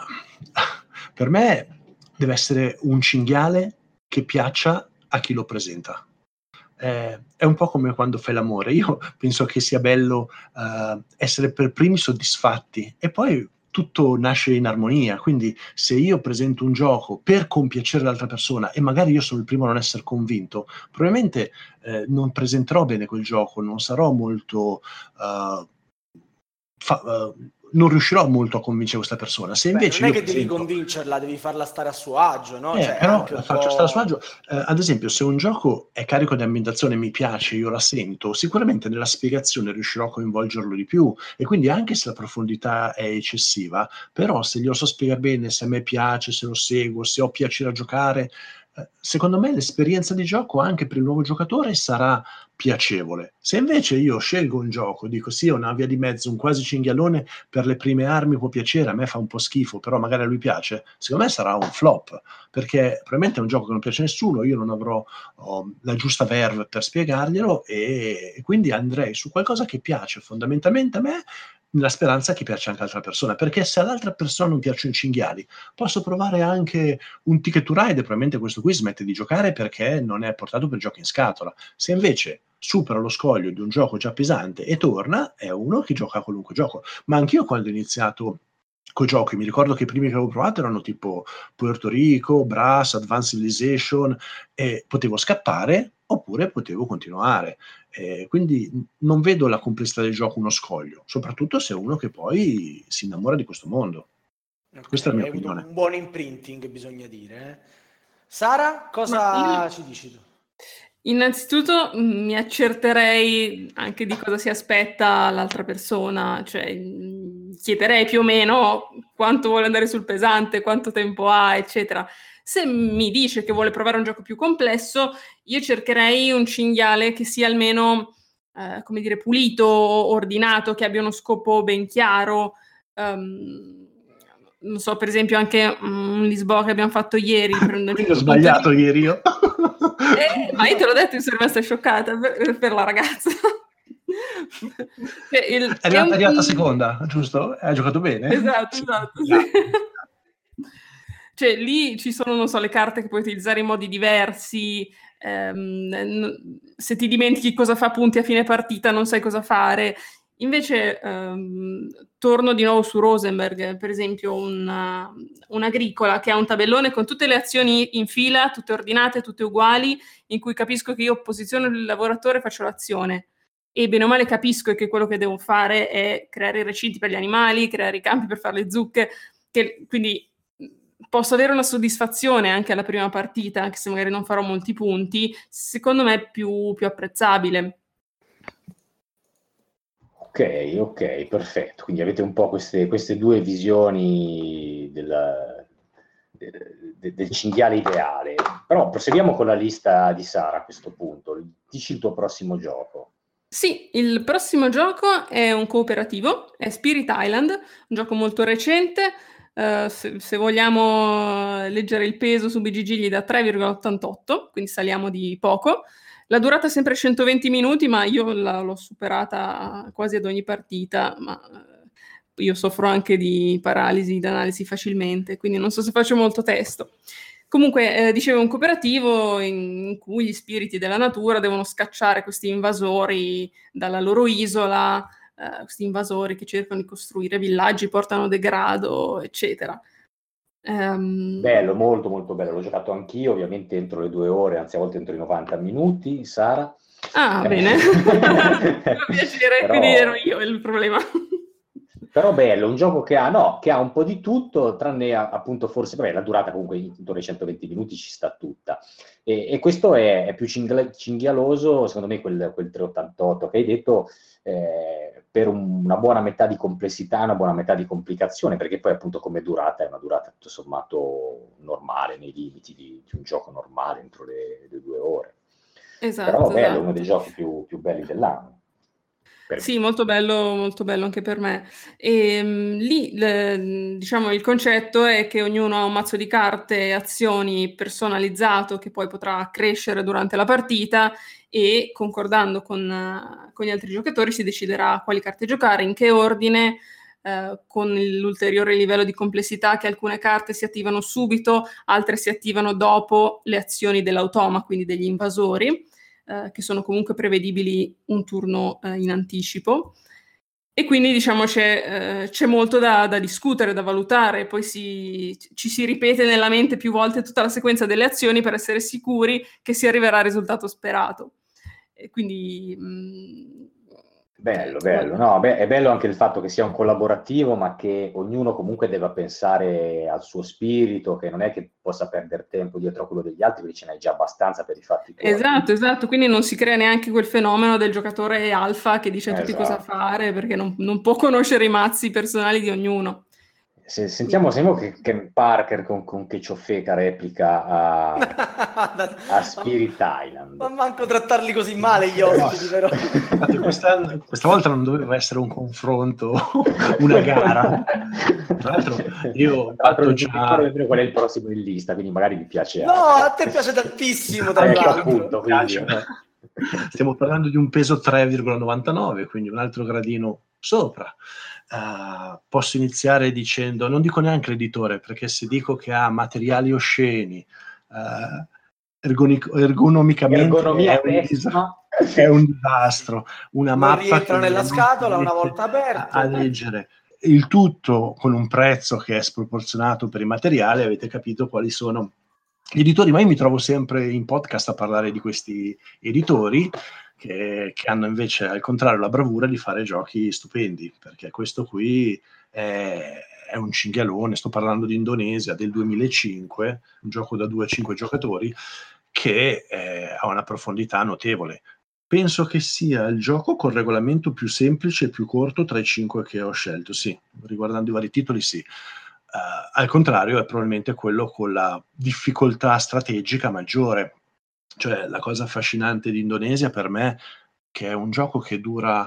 per me deve essere un cinghiale che piaccia a chi lo presenta. Eh, è un po' come quando fai l'amore. Io penso che sia bello eh, essere per primi soddisfatti e poi tutto nasce in armonia. Quindi se io presento un gioco per compiacere l'altra persona e magari io sono il primo a non essere convinto, probabilmente eh, non presenterò bene quel gioco, non sarò molto... Uh, fa, uh, non riuscirò molto a convincere questa persona. Se Beh, non invece è io che devi presento... convincerla, devi farla stare a suo agio, no? Eh, Cioè, però anche la un faccio stare a suo po'... agio. Eh, ad esempio, se un gioco è carico di ambientazione, mi piace, io la sento, sicuramente nella spiegazione riuscirò a coinvolgerlo di più. E quindi anche se la profondità è eccessiva, però se glielo so spiegare bene, se a me piace, se lo seguo, se ho piacere a giocare, eh, secondo me l'esperienza di gioco anche per il nuovo giocatore sarà piacevole. Se invece io scelgo un gioco, dico sì, è una via di mezzo, un quasi cinghialone per le prime armi può piacere, a me fa un po' schifo, però magari a lui piace, secondo me sarà un flop, perché probabilmente è un gioco che non piace a nessuno, io non avrò oh, la giusta verve per spiegarglielo e, e quindi andrei su qualcosa che piace fondamentalmente a me, nella speranza che piaccia anche all'altra persona, perché se all'altra persona non piacciono i cinghiali, posso provare anche un Ticket to Ride e probabilmente questo qui smette di giocare perché non è portato per giochi in scatola. Se invece supera lo scoglio di un gioco già pesante e torna, è uno che gioca a qualunque gioco. Ma anch'io quando ho iniziato coi giochi, mi ricordo che i primi che avevo provato erano tipo Puerto Rico, Brass, Advanced Civilization, e potevo scappare oppure potevo continuare. Eh, quindi non vedo la complessità del gioco uno scoglio, soprattutto se è uno che poi si innamora di questo mondo. Ok, Questa è la hai mia avuto opinione. un buon imprinting, bisogna dire. Eh? Sara, Ma io... cosa ci dici tu? Innanzitutto mh, mi accerterei anche di cosa si aspetta l'altra persona, cioè mh, chiederei più o meno quanto vuole andare sul pesante, quanto tempo ha, eccetera. Se mi dice che vuole provare un gioco più complesso, io cercherei un cinghiale che sia almeno, eh, come dire, pulito, ordinato, che abbia uno scopo ben chiaro. Um, non so, per esempio anche un Lisboa che abbiamo fatto ieri. Quindi ho sbagliato di... ieri io. Eh, ma io te l'ho detto, mi sono rimasta scioccata per, per la ragazza. Cioè, il, è arrivata, è un... arrivata seconda, giusto? Ha giocato bene? Esatto, esatto. Sì. Cioè, lì ci sono, non so, le carte che puoi utilizzare in modi diversi. Ehm, se ti dimentichi cosa fa punti a fine partita, non sai cosa fare. Invece, ehm, torno di nuovo su Rosenberg, per esempio una, un'agricola che ha un tabellone con tutte le azioni in fila, tutte ordinate, tutte uguali, in cui capisco che io posiziono il lavoratore e faccio l'azione. E bene o male capisco che quello che devo fare è creare i recinti per gli animali, creare i campi per fare le zucche, che, quindi posso avere una soddisfazione anche alla prima partita, anche se magari non farò molti punti, secondo me è più, più apprezzabile. Ok, ok, perfetto. Quindi avete un po' queste, queste due visioni del, del, del cinghiale ideale. Però proseguiamo con la lista di Sara a questo punto. Dici il tuo prossimo gioco. Sì, il prossimo gioco è un cooperativo, è Spirit Island, un gioco molto recente. Uh, se, se vogliamo leggere il peso su B G G gli dà tre virgola ottantotto, quindi saliamo di poco. La durata è sempre centoventi minuti, ma io la, l'ho superata quasi ad ogni partita, ma io soffro anche di paralisi d'analisi facilmente, quindi non so se faccio molto testo. Comunque, eh, dicevo, un cooperativo in, in cui gli spiriti della natura devono scacciare questi invasori dalla loro isola, eh, questi invasori che cercano di costruire villaggi, portano degrado, eccetera. Um... Bello, molto molto bello, l'ho giocato anch'io, ovviamente entro le due ore, anzi a volte entro i novanta minuti, Sara. Ah, eh. Bene, fa piacere, però... quindi ero io il problema. Però bello, un gioco che ha, no, che ha un po' di tutto, tranne appunto forse, vabbè, la durata comunque intorno ai centoventi minuti ci sta tutta. E, e questo è, è più cinghi- cinghialoso, secondo me, quel, quel tre ottantotto che hai detto, eh, per un, una buona metà di complessità, una buona metà di complicazione, perché poi appunto come durata è una durata tutto sommato normale, nei limiti di, di un gioco normale, entro le, le due ore. Esatto, Però bello, esatto. Uno dei giochi più, più belli dell'anno. Sì, molto bello, molto bello anche per me. E um, lì, le, diciamo, il concetto è che ognuno ha un mazzo di carte e azioni personalizzato che poi potrà crescere durante la partita e concordando con, uh, con gli altri giocatori si deciderà quali carte giocare, in che ordine, uh, con l'ulteriore livello di complessità che alcune carte si attivano subito, altre si attivano dopo le azioni dell'automa, quindi degli invasori. Uh, che sono comunque prevedibili un turno uh, in anticipo e quindi diciamo c'è, uh, c'è molto da, da discutere, da valutare, poi si, ci si ripete nella mente più volte tutta la sequenza delle azioni per essere sicuri che si arriverà al risultato sperato. E quindi mh, bello, bello, no, beh, è bello anche il fatto che sia un collaborativo, ma che ognuno comunque debba pensare al suo spirito, che non è che possa perdere tempo dietro a quello degli altri, perché ce n'hai già abbastanza per i fatti tuoi. Esatto, esatto, quindi non si crea neanche quel fenomeno del giocatore alfa che dice a tutti esatto. cosa fare, perché non, non può conoscere i mazzi personali di ognuno. Se, sentiamo, sentiamo che, che Parker con, con che ciofeca replica a, a Spirit Island. Ma manco trattarli così male gli ospiti, però. Questa, questa volta non doveva essere un confronto, una gara. Tra l'altro io ho fatto già... qual è il prossimo in lista, quindi magari mi piace. No, a te piace tantissimo, tra ecco, l'altro. appunto, quindi... Stiamo parlando di un peso tre virgola novantanove, quindi un altro gradino sopra. Uh, posso iniziare dicendo, non dico neanche l'editore, perché se dico che ha materiali osceni, uh, ergonic- ergonomicamente ergonomia è, un disastro, è un disastro, una non mappa rientra nella scatola una volta aperta a, a leggere il tutto con un prezzo che è sproporzionato per i materiali. Avete capito quali sono gli editori, ma io mi trovo sempre in podcast a parlare di questi editori Che, che hanno invece al contrario la bravura di fare giochi stupendi, perché questo qui è, è un cinghialone. Sto parlando di Indonesia del duemilacinque, un gioco da due a cinque giocatori che eh, ha una profondità notevole. Penso che sia il gioco col regolamento più semplice e più corto tra i cinque che ho scelto, sì. Riguardando i vari titoli, sì. Uh, al contrario, è probabilmente quello con la difficoltà strategica maggiore. Cioè, la cosa affascinante di Indonesia per me, che è un gioco che dura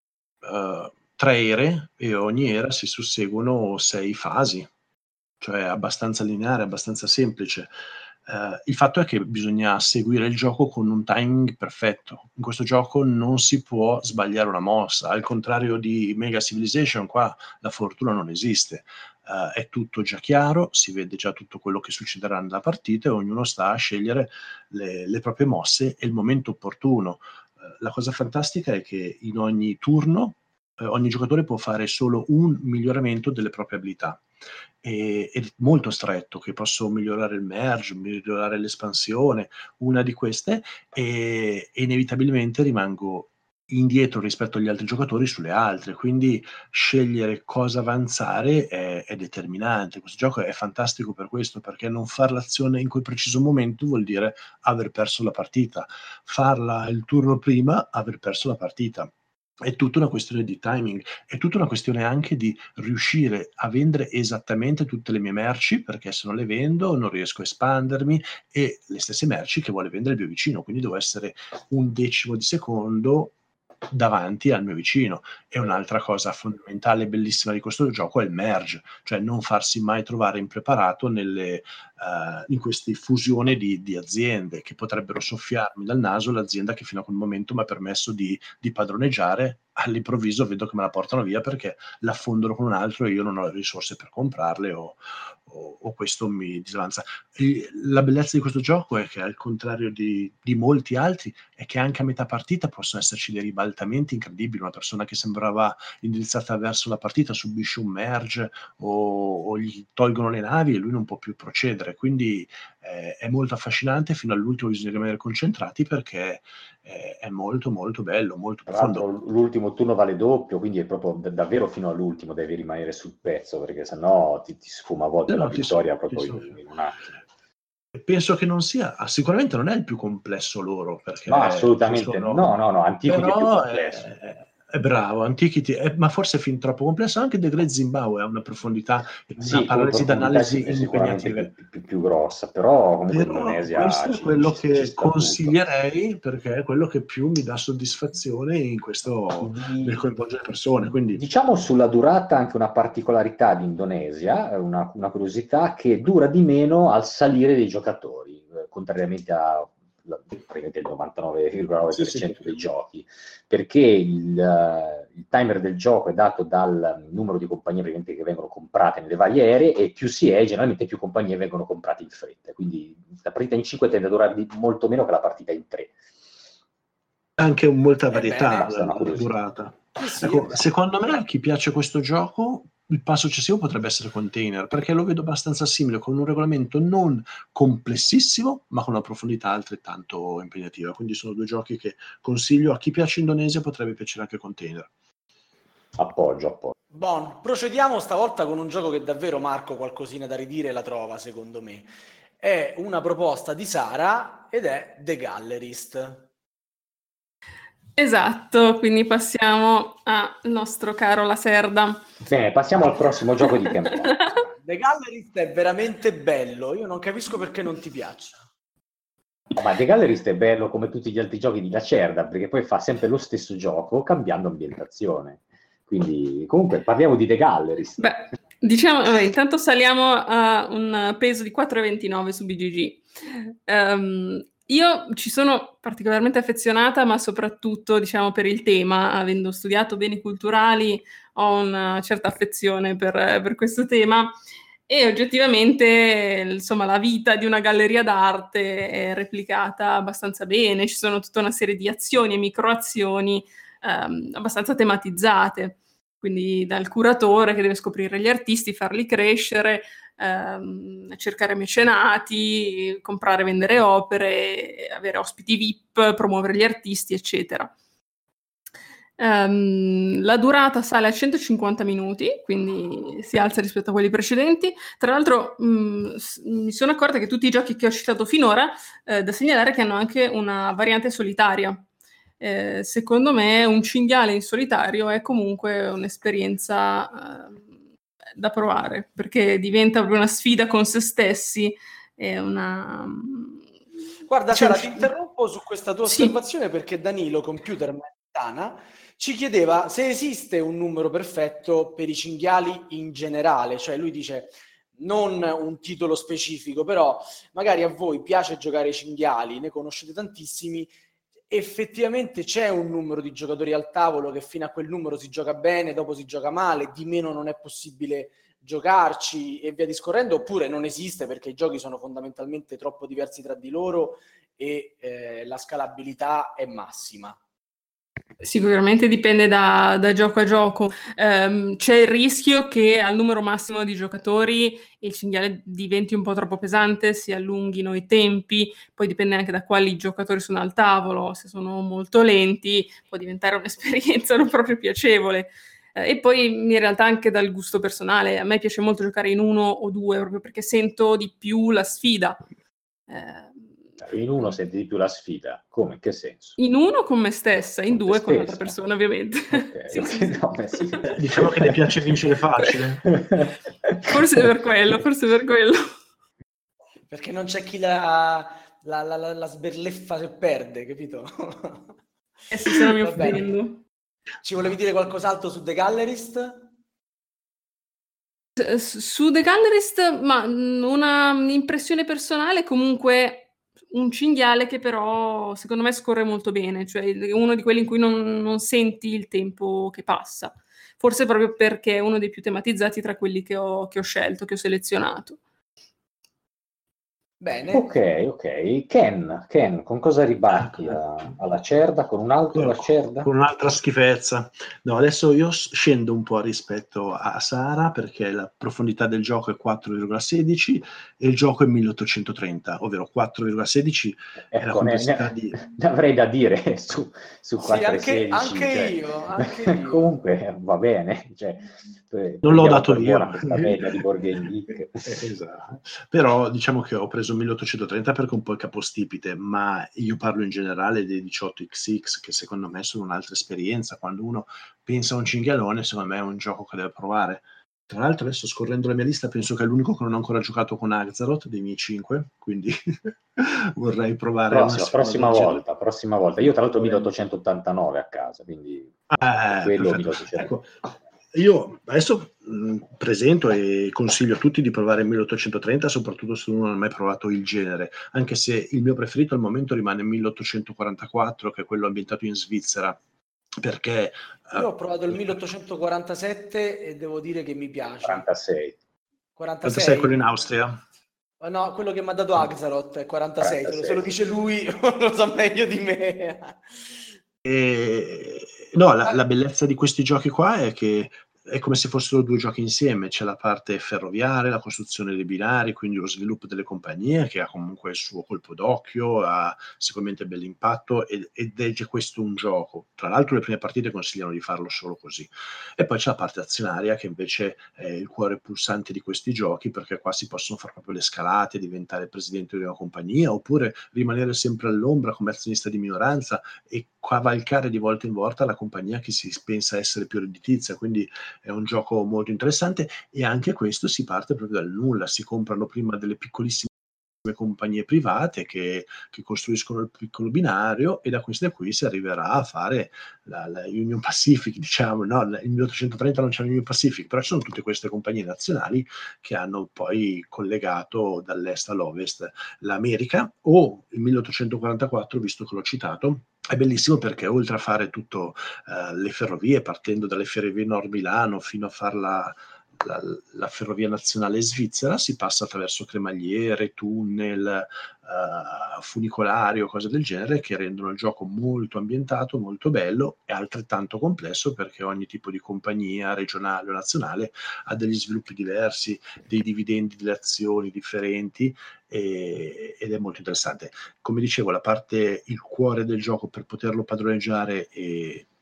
uh, tre ere e ogni era si susseguono sei fasi. Cioè, è abbastanza lineare, abbastanza semplice. Uh, il fatto è che bisogna seguire il gioco con un timing perfetto. In questo gioco non si può sbagliare una mossa, al contrario di Mega Civilization, qua la fortuna non esiste. Uh, è tutto già chiaro, si vede già tutto quello che succederà nella partita e ognuno sta a scegliere le, le proprie mosse e il momento opportuno. Uh, la cosa fantastica è che in ogni turno uh, ogni giocatore può fare solo un miglioramento delle proprie abilità. Ed è molto stretto, che posso migliorare il merge, migliorare l'espansione, una di queste, e, e inevitabilmente rimango indietro rispetto agli altri giocatori sulle altre, quindi scegliere cosa avanzare è, è determinante. Questo gioco è fantastico per questo, perché non far l'azione in quel preciso momento vuol dire aver perso la partita, farla il turno prima, aver perso la partita. È tutta una questione di timing, è tutta una questione anche di riuscire a vendere esattamente tutte le mie merci, perché se non le vendo non riesco a espandermi, e le stesse merci che vuole vendere il mio vicino, quindi devo essere un decimo di secondo davanti al mio vicino. E un'altra cosa fondamentale e bellissima di questo gioco è il merge, cioè non farsi mai trovare impreparato nelle, uh, in queste fusioni di, di aziende che potrebbero soffiarmi dal naso l'azienda che fino a quel momento mi ha permesso di, di padroneggiare. All'improvviso vedo che me la portano via perché la fondono con un altro e io non ho le risorse per comprarle, o, o, o questo mi disavanza. E la bellezza di questo gioco è che, al contrario di, di molti altri, è che anche a metà partita possono esserci dei ribaltamenti incredibili. Una persona che sembrava indirizzata verso la partita subisce un merge o, o gli tolgono le navi e lui non può più procedere, quindi eh, è molto affascinante. Fino all'ultimo bisogna rimanere concentrati perché eh, è molto molto bello, molto Tra profondo. l'altro l'ultimo turno vale doppio, quindi è proprio d- davvero fino all'ultimo devi rimanere sul pezzo, perché sennò ti, ti sfuma a volte No, la ti vittoria so, proprio ti so. in, in un attimo. Penso che non sia, sicuramente non è il più complesso loro, perché No, assolutamente sono, no, no, no, Antiquity è più però complesso. è, è bravo, Antiquity, è, ma forse è fin troppo complesso. Anche The Great Zimbabwe ha una profondità e una Sì, come paralisi profondità è, d'analisi sic- è sicuramente impegnative. più, più- più grossa, però comunque Però l'Indonesia questo è ci, quello ci- ci che sta tutto. consiglierei, perché è quello che più mi dà soddisfazione in questo, nel Di- coinvolgere persone, quindi Diciamo sulla durata anche una particolarità di Indonesia, una, una curiosità, che dura di meno al salire dei giocatori, eh, contrariamente a la- praticamente il novantanove virgola nove per cento sì, sì, dei giochi, perché il, eh, il timer del gioco è dato dal numero di compagnie praticamente che vengono comprate nelle varie aree, e più si è, generalmente più compagnie vengono comprate in fretta, quindi la partita in cinque tende a durare di- molto meno che la partita in tre. anche molta varietà Ebbene, Questa è la, una la curiosità. durata. sì, sì, Ecco, eh, secondo me a chi piace questo gioco, il passo successivo potrebbe essere Container, perché lo vedo abbastanza simile, con un regolamento non complessissimo, ma con una profondità altrettanto impegnativa. Quindi sono due giochi che consiglio a chi piace Indonesia, potrebbe piacere anche Container. Appoggio, appoggio. Bon, procediamo stavolta con un gioco che davvero, Marco, qualcosina da ridire la trova, secondo me. È una proposta di Sara ed è The Gallerist. Esatto, quindi passiamo al nostro caro Laserda. Bene, passiamo al prossimo gioco di tempo. The Gallerist è veramente bello, io non capisco perché non ti piaccia. No, ma The Gallerist è bello come tutti gli altri giochi di Lacerda, perché poi fa sempre lo stesso gioco cambiando ambientazione. Quindi, comunque, parliamo di The Gallerist. Beh, diciamo, vabbè, intanto saliamo a un peso di quattro virgola ventinove su B G G. Um, io ci sono particolarmente affezionata, ma soprattutto, diciamo, per il tema. Avendo studiato beni culturali, ho una certa affezione per, per questo tema. E oggettivamente, insomma, la vita di una galleria d'arte è replicata abbastanza bene. Ci sono tutta una serie di azioni e microazioni um, abbastanza tematizzate. Quindi dal curatore che deve scoprire gli artisti, farli crescere, ehm, cercare mecenati, comprare e vendere opere, avere ospiti V I P, promuovere gli artisti, eccetera. Um, la durata sale a centocinquanta minuti, quindi si alza rispetto a quelli precedenti. Tra l'altro mh, s- mi sono accorta che tutti i giochi che ho citato finora, eh, da segnalare che hanno anche una variante solitaria. eh, secondo me un cinghiale in solitario è comunque un'esperienza eh, da provare, perché diventa proprio una sfida con se stessi, è una... Guarda, C'è Sara, un- ti interrompo su questa tua Sì. osservazione perché Danilo, computer Tana, ci chiedeva se esiste un numero perfetto per i cinghiali in generale, cioè lui dice non un titolo specifico, però magari a voi piace giocare ai cinghiali, ne conoscete tantissimi, effettivamente c'è un numero di giocatori al tavolo che fino a quel numero si gioca bene, dopo si gioca male, di meno non è possibile giocarci e via discorrendo, oppure non esiste perché i giochi sono fondamentalmente troppo diversi tra di loro e eh, la scalabilità è massima. Sicuramente dipende da, da gioco a gioco. Ehm, c'è il rischio che al numero massimo di giocatori il cinghiale diventi un po' troppo pesante, si allunghino i tempi, poi dipende anche da quali giocatori sono al tavolo, se sono molto lenti può diventare un'esperienza non proprio piacevole. Eh, e poi in realtà anche dal gusto personale, a me piace molto giocare in uno o due, proprio perché sento di più la sfida. Eh, In uno senti di più la sfida, come? In che senso? In uno con me stessa, in Con te due con l'altra stessa. persona, ovviamente. Ok, Sì, ok, sì, sì. no, beh, sì. Diciamo che le piace vincere facile. Forse per quello, forse per quello. Perché non c'è chi la, la, la, la, la sberleffa se perde, capito? Eh sì, se no mi Va bene. offendo. Ci volevi dire qualcos'altro su The Gallerist? S- Su The Gallerist, ma mh, una impressione personale, comunque un cinghiale che però secondo me scorre molto bene, cioè è uno di quelli in cui non, non senti il tempo che passa. Forse proprio perché è uno dei più tematizzati tra quelli che ho, che ho scelto, che ho selezionato. Bene. Ok, ok. Ken, Ken, con cosa ribatti a- alla Cerda? Con un altro la Con, Cerda? con un'altra schifezza. No, adesso io s- scendo un po' rispetto a Sara perché la profondità del gioco è quattro virgola sedici e il gioco è milleottocentotrenta, ovvero quattro virgola sedici è la Ecco, ne, complessità ne- di... ne avrei da dire su, su Sì, anche, quattro virgola sedici. anche Cioè, io, anche io. comunque va bene, cioè, eh, Non l'ho prendiamo dato per buona io. questa media di Board Game Geek. Eh, esatto. Però diciamo che ho preso milleottocentotrenta perché è un po' il capostipite, ma io parlo in generale dei diciotto X X che secondo me sono un'altra esperienza. Quando uno pensa a un cinghialone, secondo me è un gioco che deve provare. Tra l'altro adesso scorrendo la mia lista penso che è l'unico che non ho ancora giocato con Azeroth dei miei cinque, quindi vorrei provare una Prossima, sfida prossima del genere. volta, prossima volta. Io tra l'altro ho milleottocentottantanove a casa, quindi Eh, quello perfetto. milleottocento. Ecco, io adesso mh, presento e consiglio a tutti di provare il milleottocentotrenta, soprattutto se uno non ha mai provato il genere, anche se il mio preferito al momento rimane milleottocentoquarantaquattro, che è quello ambientato in Svizzera, perché... Io ho eh, provato il milleottocentoquarantasette e devo dire che mi piace. quarantasei. quarantasei è quello in quarantasei? Austria? Oh, no, quello che mi ha dato Azeroth è quarantasei, se lo, se lo dice lui lo sa meglio di me. E, no, la, la bellezza di questi giochi qua è che è come se fossero due giochi insieme. C'è la parte ferroviaria, la costruzione dei binari, quindi lo sviluppo delle compagnie, che ha comunque il suo colpo d'occhio, ha sicuramente bell'impatto, ed, ed è già questo un gioco. Tra l'altro le prime partite consigliano di farlo solo così. E poi c'è la parte azionaria, che invece è il cuore pulsante di questi giochi, perché qua si possono fare proprio le scalate, diventare presidente di una compagnia, oppure rimanere sempre all'ombra come azionista di minoranza e cavalcare di volta in volta la compagnia che si pensa essere più redditizia. Quindi è un gioco molto interessante, e anche questo si parte proprio dal nulla. Si comprano prima delle piccolissime compagnie private che, che costruiscono il piccolo binario, e da queste qui si arriverà a fare la, la Union Pacific, diciamo. No, nel milleottocentotrenta non c'è l'Union Pacific, però ci sono tutte queste compagnie nazionali che hanno poi collegato dall'est all'ovest l'America. O il milleottocentoquarantaquattro, visto che l'ho citato, è bellissimo perché oltre a fare tutto uh, le ferrovie, partendo dalle ferrovie Nord Milano fino a farla La, la ferrovia nazionale svizzera, si passa attraverso cremagliere, tunnel, uh, funicolari o cose del genere, che rendono il gioco molto ambientato, molto bello e altrettanto complesso, perché ogni tipo di compagnia regionale o nazionale ha degli sviluppi diversi, dei dividendi, delle azioni differenti, e, ed è molto interessante. Come dicevo, la parte, il cuore del gioco per poterlo padroneggiare e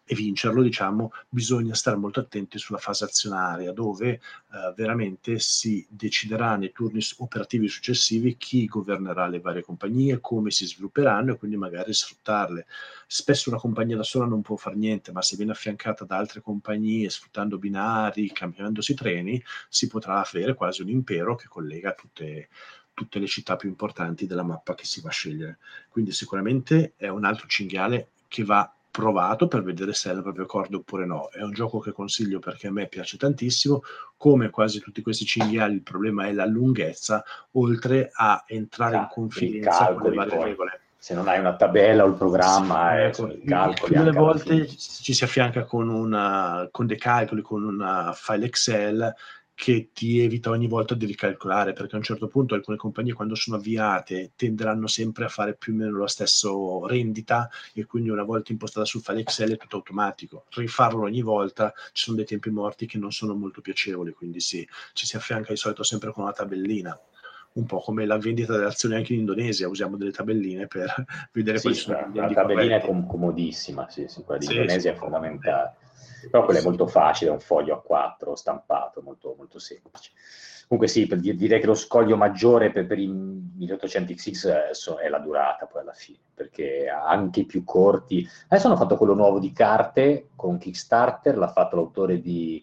e vincerlo, diciamo, bisogna stare molto attenti sulla fase azionaria, dove eh, veramente si deciderà nei turni operativi successivi chi governerà le varie compagnie, come si svilupperanno e quindi magari sfruttarle. Spesso una compagnia da sola non può fare niente, ma se viene affiancata da altre compagnie, sfruttando binari, cambiandosi treni, si potrà avere quasi un impero che collega tutte, tutte le città più importanti della mappa che si va a scegliere. Quindi sicuramente è un altro cinghiale che va provato per vedere se è nel proprio corde oppure no. È un gioco che consiglio perché a me piace tantissimo. Come quasi tutti questi cinghiali, il problema è la lunghezza, oltre a entrare in confidenza con le varie poi. regole. Se non hai una tabella o il programma, sì, eh, ecco, i calcoli. Delle volte ci si affianca con, una, con dei calcoli, con una file Excel che ti evita ogni volta di ricalcolare, perché a un certo punto alcune compagnie, quando sono avviate, tenderanno sempre a fare più o meno la stessa rendita, e quindi una volta impostata sul file Excel è tutto automatico. Rifarlo ogni volta, ci sono dei tempi morti che non sono molto piacevoli, quindi sì, ci si affianca di solito sempre con una tabellina, un po' come la vendita delle azioni anche in Indonesia, usiamo delle tabelline per vedere sì, quali sono la, gli la tabellina è com- comodissima, sì, sì, quella di sì, Indonesia sì, è fondamentale. Però quella è molto facile, è un foglio A quattro stampato, molto, molto semplice. Comunque sì, per dire, direi che lo scoglio maggiore per, per i milleottocento X X è la durata poi alla fine, perché anche i più corti... Adesso hanno fatto quello nuovo di carte con Kickstarter, l'ha fatto l'autore di,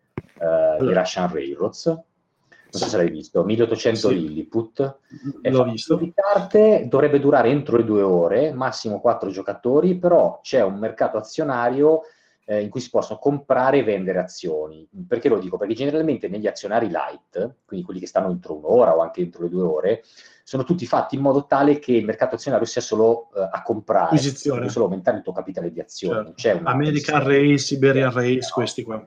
uh, di Russian Railroads, non so se l'hai visto, milleottocento sì. Lilliput, è l'ho visto. Di carte, dovrebbe durare entro le due ore, massimo quattro giocatori, però c'è un mercato azionario eh, in cui si possono comprare e vendere azioni. Perché lo dico? Perché generalmente negli azionari light, quindi quelli che stanno entro un'ora o anche entro le due ore, sono tutti fatti in modo tale che il mercato azionario sia solo uh, a comprare, quindi solo aumentare il tuo capitale di azione. Certo. Non c'è una American Race, Iberian Race, no. Questi qua.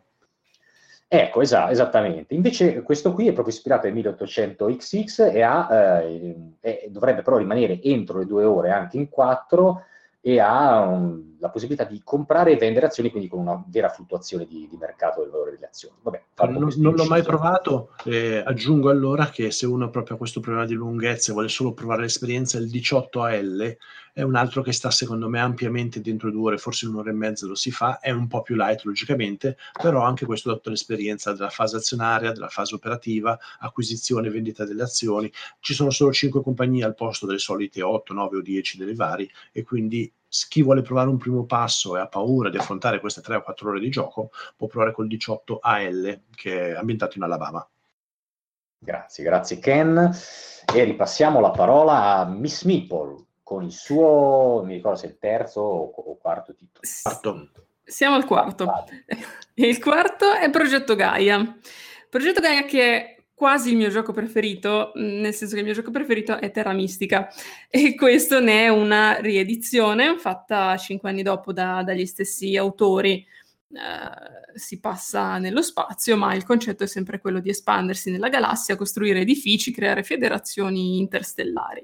Ecco, esatto, esattamente. Invece questo qui è proprio ispirato ai milleottocento X X e ha, eh, eh, dovrebbe però rimanere entro le due ore anche in quattro, e ha um, la possibilità di comprare e vendere azioni, quindi con una vera fluttuazione di, di mercato del valore delle azioni. Vabbè, non, non l'ho mai provato, eh, aggiungo allora che se uno proprio ha questo problema di lunghezza e vuole solo provare l'esperienza, il diciotto A L è un altro che sta secondo me ampiamente dentro due ore, forse in un'ora e mezza lo si fa, è un po' più light logicamente, però anche questo ha dato l'esperienza della fase azionaria, della fase operativa, acquisizione e vendita delle azioni. Ci sono solo cinque compagnie al posto delle solite otto, nove o dieci delle varie, e quindi chi vuole provare un primo passo e ha paura di affrontare queste tre o quattro ore di gioco può provare col diciotto A L, che è ambientato in Alabama. Grazie, grazie Ken. E ripassiamo la parola a Miss Meeple con il suo, non mi ricordo se è il terzo o quarto titolo. Quarto. Siamo al quarto. Il quarto è Progetto Gaia. Progetto Gaia che è quasi il mio gioco preferito, nel senso che il mio gioco preferito è Terra Mistica, e questo ne è una riedizione fatta cinque anni dopo da, dagli stessi autori. Uh, si passa nello spazio, ma il concetto è sempre quello di espandersi nella galassia, costruire edifici, creare federazioni interstellari.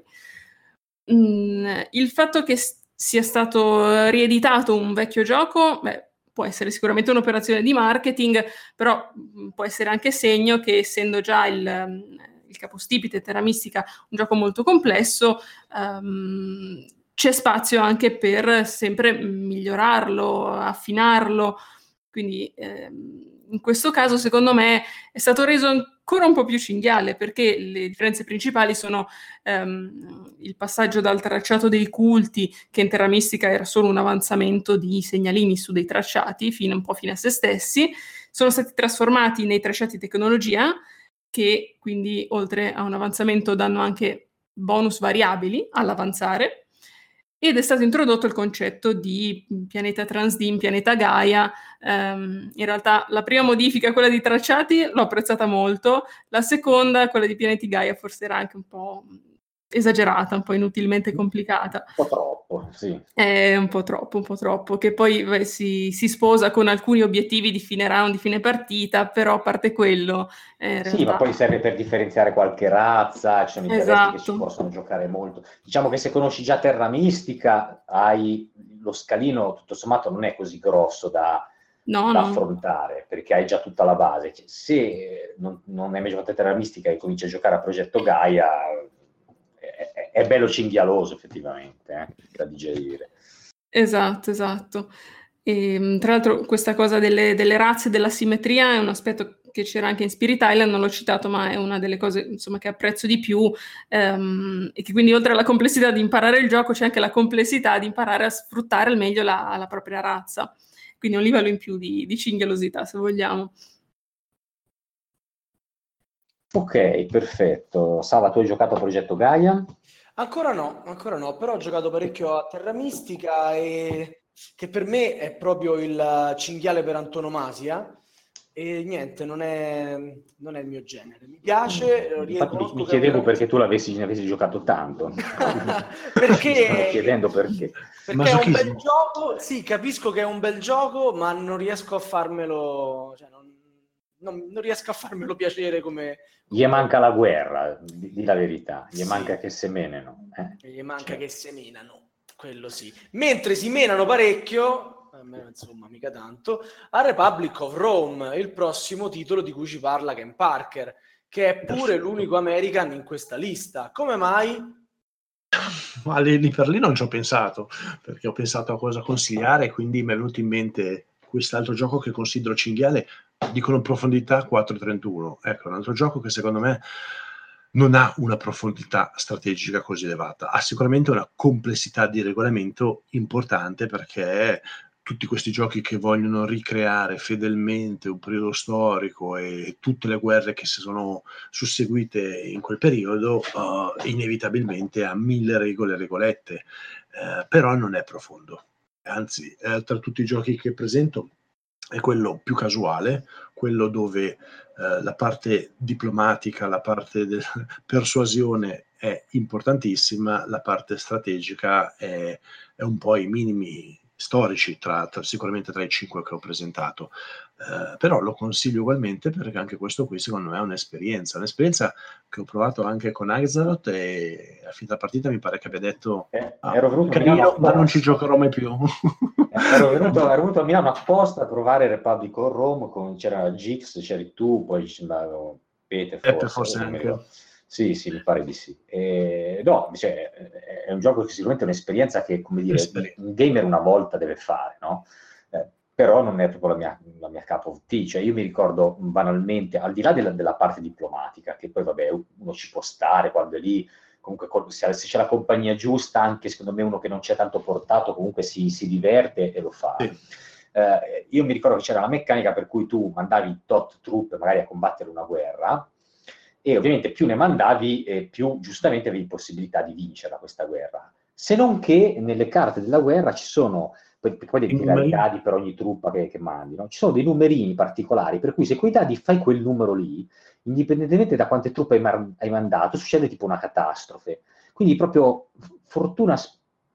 Mm, il fatto che s- sia stato rieditato un vecchio gioco, beh, può essere sicuramente un'operazione di marketing, però mh, può essere anche segno che, essendo già il, um, il capostipite Terra Mistica un gioco molto complesso, um, c'è spazio anche per sempre migliorarlo, affinarlo. Quindi ehm, in questo caso, secondo me, è stato reso ancora un po' più cinghiale, perché le differenze principali sono ehm, il passaggio dal tracciato dei culti, che in Terra Mistica era solo un avanzamento di segnalini su dei tracciati, fino un po' fine a se stessi, sono stati trasformati nei tracciati tecnologia, che quindi oltre a un avanzamento danno anche bonus variabili all'avanzare, ed è stato introdotto il concetto di pianeta Transdim, pianeta Gaia. Um, in realtà la prima modifica, quella di tracciati, l'ho apprezzata molto, la seconda, quella di pianeti Gaia, forse era anche un po' esagerata, un po' inutilmente complicata. Un po' troppo, sì. È un po' troppo, un po' troppo, che poi beh, si, si sposa con alcuni obiettivi di fine round, di fine partita, però a parte quello... Eh, in sì, realtà... ma poi serve per differenziare qualche razza, ci sono interessi esatto. che si possono giocare molto. Diciamo che se conosci già Terra Mistica, hai lo scalino, tutto sommato, non è così grosso da... No, da no. affrontare, perché hai già tutta la base. Se non, non hai mai giocato a Terra Mistica e cominci a giocare a Progetto Gaia, è, è, è bello cinghialoso effettivamente, eh, da digerire. Esatto, esatto. E, tra l'altro questa cosa delle, delle razze, della simmetria è un aspetto che c'era anche in Spirit Island, non l'ho citato, ma è una delle cose insomma che apprezzo di più, ehm, e che quindi oltre alla complessità di imparare il gioco c'è anche la complessità di imparare a sfruttare al meglio la, la propria razza, quindi un livello in più di, di cinghialosità, se vogliamo. Ok, perfetto. Sava, tu hai giocato a Progetto Gaia? Ancora no, ancora no, però ho giocato parecchio a Terra Mistica, e che per me è proprio il cinghiale per antonomasia, e niente, non è, non è il mio genere. Mi piace, lo Infatti mi, riconosco mi che è chiedevo veramente- perché tu l'avessi, ne avessi giocato tanto. Perché- Mi stavo chiedendo perché. Perché è un bel Masochismo. gioco, sì, capisco che è un bel gioco, ma non riesco a farmelo, cioè non, non- non riesco a farmelo piacere come... Gli manca la guerra, di, di la verità, gli Sì. manca che semenano. Eh? Gli manca Cioè, che semenano, quello sì. Mentre si menano parecchio, a me, insomma, mica tanto, a Republic of Rome, il prossimo titolo di cui ci parla Ken Parker, che è pure Perfetto. l'unico American in questa lista. Come mai? Ma lì lì per lì non ci ho pensato, perché ho pensato a cosa consigliare, quindi mi è venuto in mente quest'altro gioco che considero cinghiale, dicono profondità quattro trentuno. Ecco, un altro gioco che secondo me non ha una profondità strategica così elevata, ha sicuramente una complessità di regolamento importante, perché tutti questi giochi che vogliono ricreare fedelmente un periodo storico e tutte le guerre che si sono susseguite in quel periodo, uh, inevitabilmente ha mille regole e regolette, eh, però non è profondo. Anzi, eh, tra tutti i giochi che presento è quello più casuale, quello dove eh, la parte diplomatica, la parte della persuasione è importantissima, la parte strategica è, è un po' i minimi storici, tra, tra, sicuramente tra i cinque che ho presentato. Eh, però lo consiglio ugualmente, perché anche questo qui secondo me è un'esperienza, un'esperienza che ho provato anche con Axaroth, e a fine partita mi pare che abbia detto eh, ah, ero venuto a carino, Milano ma non ci apposta. giocherò mai più. Eh, Ero venuto, ero venuto a Milano apposta a provare Republic of Rome, con, c'era Gix, c'eri tu, poi ci sembrava Peter Peppe forse, forse non mi anche. ricordo. Sì, sì, mi pare di sì. E, no, cioè, è un gioco che sicuramente è un'esperienza che, come dire, Esperienza. un gamer una volta deve fare, no? Eh, però non è proprio la mia, la mia cup of tea. Cioè, io mi ricordo banalmente, al di là della, della parte diplomatica, che poi vabbè, uno ci può stare quando è lì, comunque se, se c'è la compagnia giusta, anche secondo me uno che non c'è tanto portato, comunque si, si diverte e lo fa. Sì. Eh, io mi ricordo che c'era la meccanica per cui tu mandavi tot truppe magari a combattere una guerra, e ovviamente più ne mandavi, eh, più giustamente avevi possibilità di vincere questa guerra. Se non che nelle carte della guerra ci sono, poi, poi devi tirare i dadi per ogni truppa che, che mandi, no? Ci sono dei numerini particolari, per cui se quei dadi fai quel numero lì, indipendentemente da quante truppe hai, mar- hai mandato, succede tipo una catastrofe. Quindi proprio fortuna sp-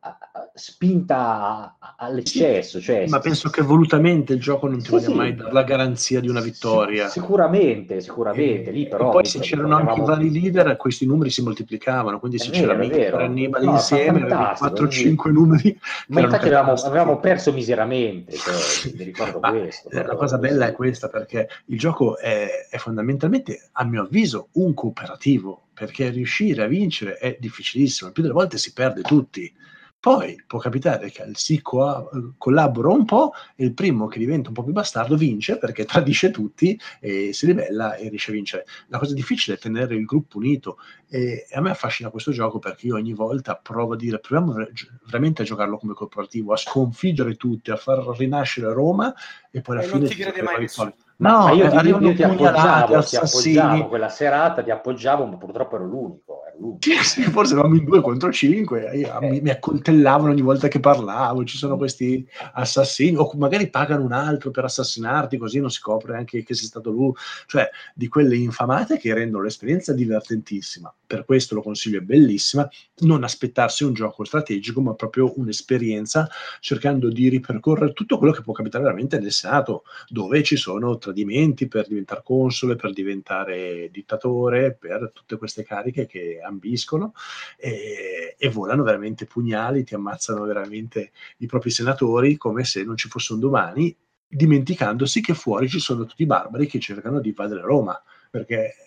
spinta all'eccesso. Cioè, Ma penso che volutamente il gioco non ti sì, voglia sì, mai dare la garanzia di una vittoria. sicuramente, sicuramente. Lì E, però e poi noi se pro- c'erano anche i avevamo... vari leader, questi numeri si moltiplicavano, quindi È se c'era vero, è Michel e vero. Annibale No, fa insieme avevi fantastico. quattro quindi- cinque numeri che Ma erano infatti avevamo, catastrofi. avevamo perso miseramente, cioè, mi ricordo Ma questo. la proprio cosa bella così. è questa, perché il gioco è, è fondamentalmente, a mio avviso, un cooperativo, perché riuscire a vincere è difficilissimo, il più delle volte si perde tutti. Poi può capitare che si co- collabora un po' e il primo che diventa un po' più bastardo vince, perché tradisce tutti e si ribella e riesce a vincere. La cosa difficile è tenere il gruppo unito, e a me affascina questo gioco, perché io ogni volta provo a dire proviamo veramente a giocarlo come cooperativo, a sconfiggere tutti, a far rinascere Roma, e poi alla E non fine ti ti crede giochi la mai vittoria. nessuno. Ma, ma No, io, eh, ti, io- arrivano io ti pugnalati, appoggiavo, ti appoggiavo assassini. quella serata, ti appoggiavo, ma purtroppo ero l'unico. Ero l'unico. Sì, sì, forse eravamo in due contro cinque, io- mi, mi accoltellavano ogni volta che parlavo, ci sono questi assassini, o magari pagano un altro per assassinarti, così non si copre anche che sei stato lui, cioè di quelle infamate che rendono l'esperienza divertentissima. Per questo lo consiglio, è bellissima, non aspettarsi un gioco strategico, ma proprio un'esperienza, cercando di ripercorrere tutto quello che può capitare veramente nel Senato, dove ci sono tradimenti per diventare console, per diventare dittatore, per tutte queste cariche che ambiscono, e, e volano veramente pugnali, ti ammazzano veramente i propri senatori come se non ci fosse un domani, dimenticandosi che fuori ci sono tutti i barbari che cercano di invadere Roma, perché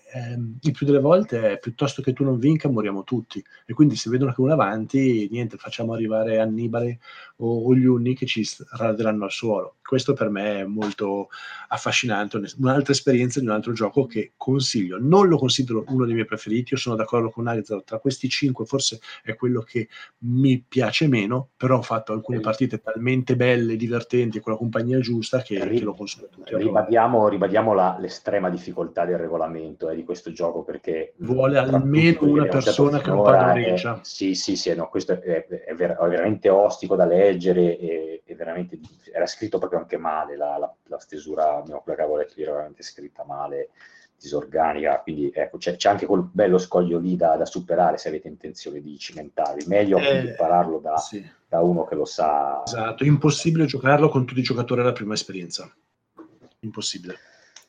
ehm, il più delle volte è piuttosto che tu non vinca moriamo tutti, e quindi se vedono che uno è avanti, niente, facciamo arrivare Annibale o, o gli Unni che ci raderanno al suolo. Questo per me è molto affascinante, un'altra esperienza di un altro gioco che consiglio. Non lo considero uno dei miei preferiti, io sono d'accordo con Azzaro, tra questi cinque forse è quello che mi piace meno, però ho fatto alcune partite talmente belle, divertenti, con la compagnia giusta che, Ri- che lo consiglio a tutti. Ribadiamo, ribadiamo la, l'estrema difficoltà del regolamento eh, di questo gioco, perché vuole tra almeno tutti quelli una che abbiamo citato persona che lo finora, padroneggia. è- sì, sì, sì, no, questo è, è ver- è veramente ostico da leggere e, e veramente era scritto proprio anche male, la, la, la stesura, quella che avevo letto era veramente scritta male, disorganica, quindi ecco, c'è, c'è anche quel bello scoglio lì da, da superare se avete intenzione di cimentarvi. Meglio Eh, impararlo da, sì. da uno che lo sa. Esatto, impossibile giocarlo con tutti i giocatori alla prima esperienza. Impossibile.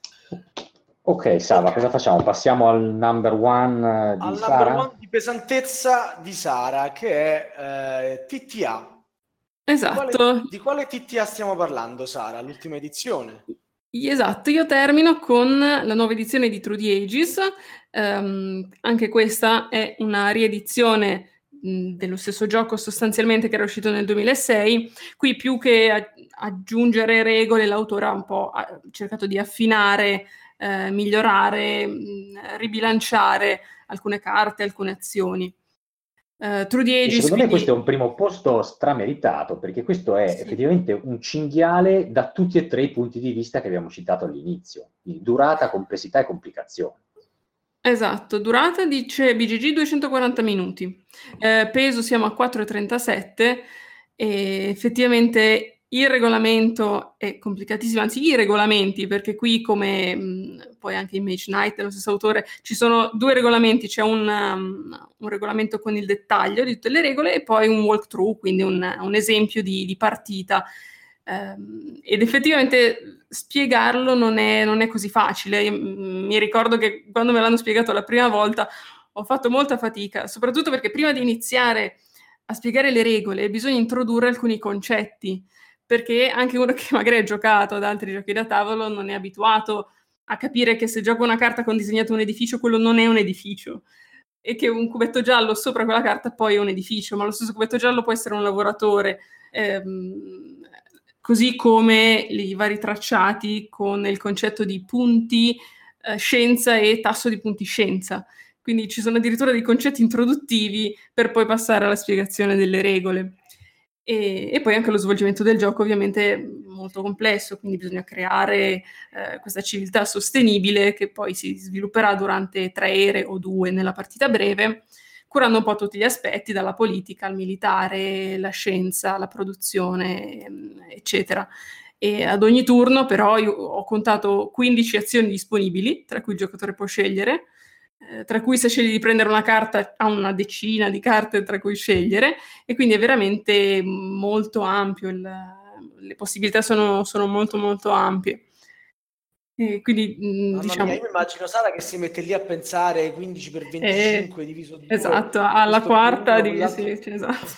Ok, Sava, Ok. cosa facciamo? Passiamo al number one eh, di Al Sara? number one di pesantezza di Sara, che è eh, T T A. Esatto. Di quale, di quale T T A stiamo parlando, Sara? L'ultima edizione? Esatto, io termino con la nuova edizione di Through the Ages. Ehm, anche questa è una riedizione mh, dello stesso gioco sostanzialmente che era uscito nel duemilasei. Qui più che a- aggiungere regole, l'autore ha un po' ha cercato di affinare, eh, migliorare, mh, ribilanciare alcune carte, alcune azioni. Uh, Through the E Ages, secondo me quindi... questo è un primo posto strameritato, perché questo è Sì. effettivamente un cinghiale da tutti e tre i punti di vista che abbiamo citato all'inizio, di durata, complessità e complicazione. Esatto, durata dice B G G duecentoquaranta minuti, eh, peso siamo a quattro virgola trentasette e effettivamente il regolamento è complicatissimo, anzi i regolamenti, perché qui come mh, poi anche in Mage Knight dello stesso autore ci sono due regolamenti, c'è un, um, un regolamento con il dettaglio di tutte le regole e poi un walkthrough, quindi un, un esempio di, di partita. Um, ed effettivamente spiegarlo non è, non è così facile. Io, m- mi ricordo che quando me l'hanno spiegato la prima volta ho fatto molta fatica, soprattutto perché prima di iniziare a spiegare le regole bisogna introdurre alcuni concetti, perché anche uno che magari ha giocato ad altri giochi da tavolo non è abituato a capire che se gioca una carta con disegnato un edificio, quello non è un edificio, e che un cubetto giallo sopra quella carta poi è un edificio, ma lo stesso cubetto giallo può essere un lavoratore, ehm, così come i vari tracciati con il concetto di punti eh, scienza e tasso di punti scienza. Quindi ci sono addirittura dei concetti introduttivi per poi passare alla spiegazione delle regole. E, e poi anche lo svolgimento del gioco ovviamente è molto complesso, quindi bisogna creare eh, questa civiltà sostenibile che poi si svilupperà durante tre ere o due nella partita breve, curando un po' tutti gli aspetti, dalla politica al militare, la scienza, la produzione, eccetera. E ad ogni turno però io ho contato quindici azioni disponibili, tra cui il giocatore può scegliere, eh, tra cui se sceglie di prendere una carta ha una decina di carte tra cui scegliere, e quindi è veramente molto ampio, il, le possibilità sono, sono molto molto ampie. E quindi, mh, Mamma diciamo, mia, io mi immagino Sara che si mette lì a pensare quindici per venticinque eh, diviso di esatto, due, alla questo più quarta uno, di quell'altro. sì, sì, esatto.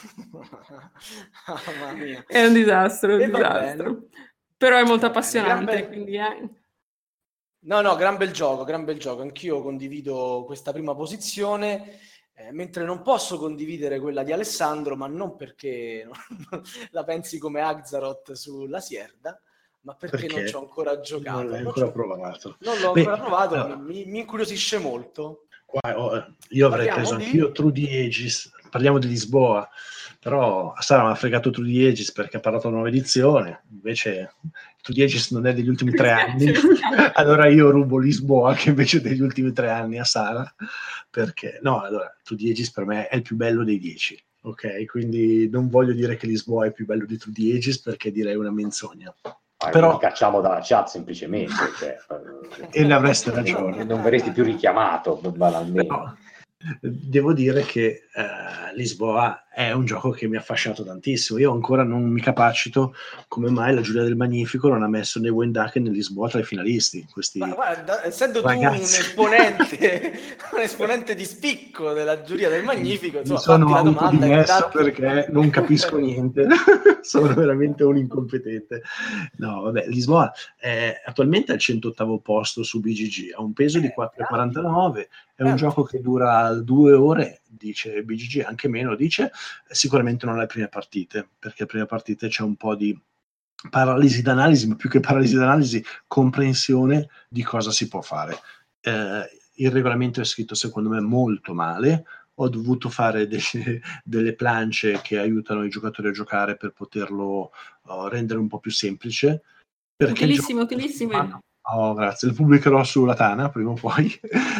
Mamma mia. È un disastro, un E va disastro. bene. Però è molto Va bene, gran appassionante, bel- quindi eh. No, no, gran bel gioco, gran bel gioco. Anch'io condivido questa prima posizione, eh, mentre non posso condividere quella di Alessandro, ma non perché la pensi come Axaroth sulla Sierda, ma perché, Perché non ci ho ancora giocato. non l'hai Non ancora c'ho- provato. Non l'ho Beh, ancora provato, allora, mi, mi incuriosisce molto. qua, oh, io avrei Parliamo preso di- anch'io Through the Ages, parliamo di Lisboa, però Sara mi ha fregato Through the Ages perché ha parlato di nuova edizione, invece Through the Ages non è degli ultimi tre anni, allora io rubo Lisboa che invece è degli ultimi tre anni a Sara, perché no, allora Through the Ages per me è il più bello dei dieci, ok? Quindi non voglio dire che Lisboa è più bello di Through the Ages perché direi una menzogna. Ah, Però ti cacciamo dalla chat semplicemente, cioè, e ne avreste ragione. non verresti più richiamato banalmente. Però devo dire che eh, Lisboa è è un gioco che mi ha affascinato tantissimo. Io ancora non mi capacito come mai la Giulia del Magnifico non ha messo né Wendake né Lisboa tra i finalisti. Questi Ma guarda, essendo ragazzi. tu un esponente, un esponente di spicco della giuria del Magnifico, Mi insomma, sono fatti la domanda. autodimesso intanto... perché non capisco niente, sono veramente un incompetente. No, vabbè, Lisboa è attualmente al centottavo posto su B G G, ha un peso di quattro virgola quarantanove, è un gioco che dura due ore, dice B G G, anche meno, dice, sicuramente non alle prime partite, perché alle prime partite c'è un po' di paralisi d'analisi, ma più che paralisi d'analisi, comprensione di cosa si può fare. Eh, il regolamento è scritto secondo me molto male, ho dovuto fare delle, delle planche che aiutano i giocatori a giocare per poterlo uh, rendere un po' più semplice. Perché utilissime, il gioco... utilissime. Oh, grazie, lo pubblicherò sulla Tana prima o poi.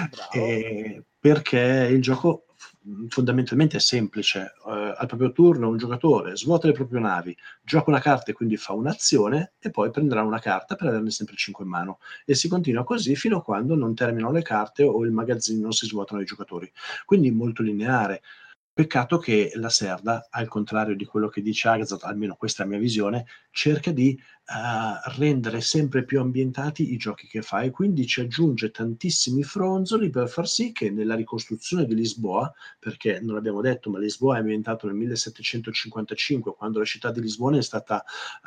E perché il gioco fondamentalmente è semplice. Uh, al proprio turno un giocatore svuota le proprie navi, gioca una carta e quindi fa un'azione e poi prenderà una carta per averne sempre cinque in mano, e si continua così fino a quando non terminano le carte o il magazzino non si svuotano i giocatori, quindi molto lineare. Peccato che la Serda, al contrario di quello che dice Agazzot, almeno questa è la mia visione, cerca di uh, rendere sempre più ambientati i giochi che fa, e quindi ci aggiunge tantissimi fronzoli per far sì che nella ricostruzione di Lisboa, perché non l'abbiamo detto, ma Lisboa è ambientato nel millesettecentocinquantacinque, quando la città di Lisbona è stata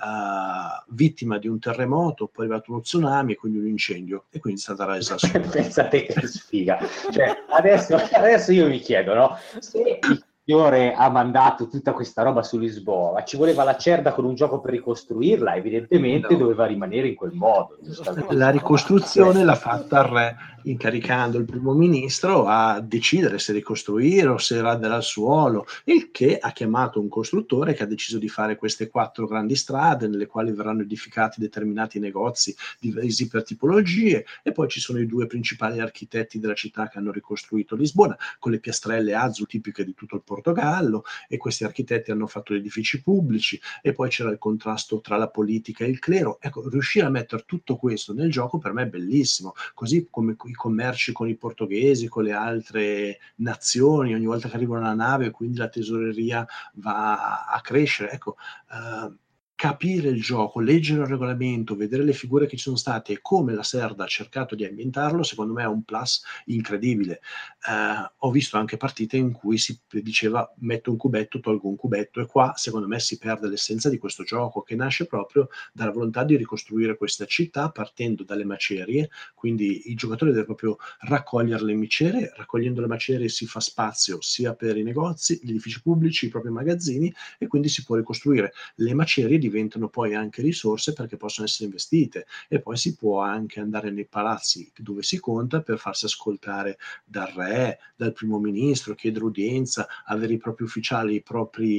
uh, vittima di un terremoto, poi è arrivato uno tsunami e quindi un incendio, e quindi è stata resa Pensate che sfiga. Cioè, adesso, adesso io mi chiedo, no? Se il signore ha mandato tutta questa roba su Lisboa, ma ci voleva la Cerda con un gioco per ricostruirla, evidentemente no. doveva rimanere in quel modo. La ricostruzione l'ha fatta il re, incaricando il primo ministro a decidere se ricostruire o se radere al suolo, il che ha chiamato un costruttore che ha deciso di fare queste quattro grandi strade nelle quali verranno edificati determinati negozi divisi per tipologie, e poi ci sono i due principali architetti della città che hanno ricostruito Lisbona con le piastrelle azzurre tipiche di tutto il Portogallo, e questi architetti hanno fatto gli edifici pubblici, e poi c'era il contrasto tra la politica e il clero. Ecco, riuscire a mettere tutto questo nel gioco per me è bellissimo, così come i commerci con i portoghesi, con le altre nazioni, ogni volta che arriva una nave, quindi la tesoreria va a crescere. Ecco, uh, capire il gioco, leggere il regolamento, vedere le figure che ci sono state e come la Serda ha cercato di ambientarlo, secondo me è un plus incredibile. Uh, ho visto anche partite in cui si diceva metto un cubetto, tolgo un cubetto, e qua secondo me si perde l'essenza di questo gioco, che nasce proprio dalla volontà di ricostruire questa città partendo dalle macerie, quindi il giocatore deve proprio raccogliere le macerie, raccogliendo le macerie si fa spazio sia per i negozi, gli edifici pubblici, i propri magazzini, e quindi si può ricostruire. Le macerie diventano poi anche risorse perché possono essere investite, e poi si può anche andare nei palazzi dove si conta per farsi ascoltare dal re, dal primo ministro, chiedere udienza, avere i propri ufficiali, i propri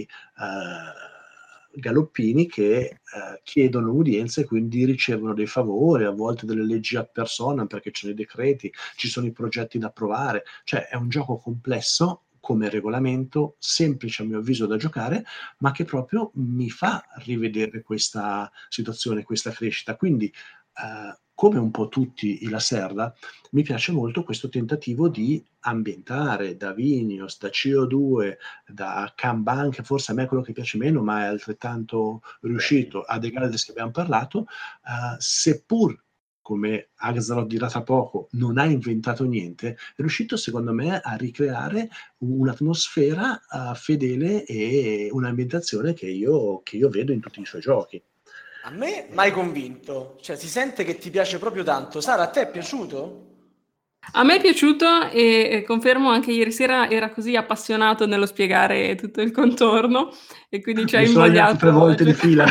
eh, galoppini che eh, chiedono udienza e quindi ricevono dei favori, a volte delle leggi ad personam perché ci sono i decreti, ci sono i progetti da approvare. Cioè è un gioco complesso come regolamento, semplice a mio avviso da giocare, ma che proprio mi fa rivedere questa situazione, questa crescita. Quindi eh, come un po' tutti i La Serda, mi piace molto questo tentativo di ambientare da Vinios, da C O due, da Kanban, che forse a me è quello che piace meno, ma è altrettanto riuscito, a The Galaxy che abbiamo parlato, uh, seppur come Axelrod dirà tra poco, non ha inventato niente, è riuscito secondo me a ricreare un'atmosfera uh, fedele e un'ambientazione che io, che io vedo in tutti i suoi giochi. A me mai convinto, cioè si sente che ti piace proprio tanto. Sara, a te è piaciuto? A me è piaciuto, e confermo anche ieri sera era così appassionato nello spiegare tutto il contorno, e quindi ci ha invogliato tre volte di fila.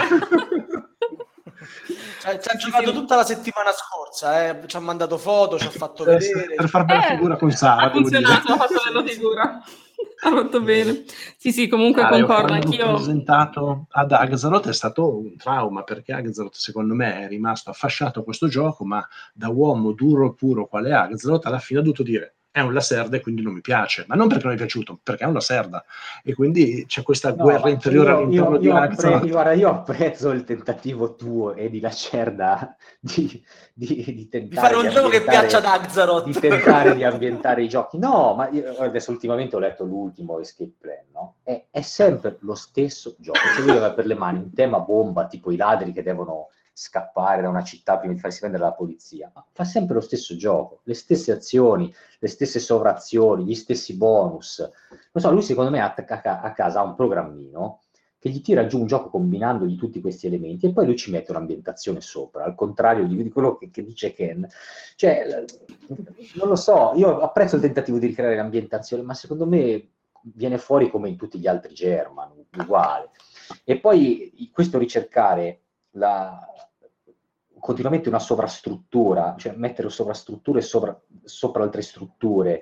Cioè, ci ha giocato tutta la settimana scorsa, eh. Ci ha mandato foto, ci ha fatto per, vedere. Per far bella eh, figura con Sara. Ha funzionato, ha fatto bella figura. Ha fatto bene. Sì, sì, comunque ah, concordo anch'io. L'ho presentato ad Axelrod è stato un trauma, perché Axelrod secondo me è rimasto affasciato a questo gioco, ma da uomo duro e puro quale Axelrod alla fine ha dovuto dire è un laserda e quindi non mi piace, ma non perché non mi è piaciuto, perché è un laserda, e quindi c'è questa No, guerra ma interiore io, all'interno io, di io, appre- Axelot. io- guarda, io apprezzo il tentativo tuo e di Lacerda di, di, di Di tentare fare un di gioco che piaccia ad ambientare, Axaroth. di tentare di ambientare i giochi. No, ma io adesso ultimamente ho letto l'ultimo Escape Plan, no? È, è sempre lo stesso gioco. Cioè lui aveva per le mani un tema bomba, tipo i ladri che devono scappare da una città prima di farsi prendere dalla polizia. Ma fa sempre lo stesso gioco, le stesse azioni, le stesse sovrazioni, gli stessi bonus. Non so, lui secondo me a, a, a casa ha un programmino che gli tira giù un gioco combinandogli tutti questi elementi e poi lui ci mette un'ambientazione sopra, al contrario di, di quello che, che dice Ken. Cioè, non lo so, io apprezzo il tentativo di ricreare l'ambientazione, ma secondo me viene fuori come in tutti gli altri German, uguale. E poi questo ricercare la, continuamente una sovrastruttura, cioè mettere sovrastrutture sopra, sopra altre strutture,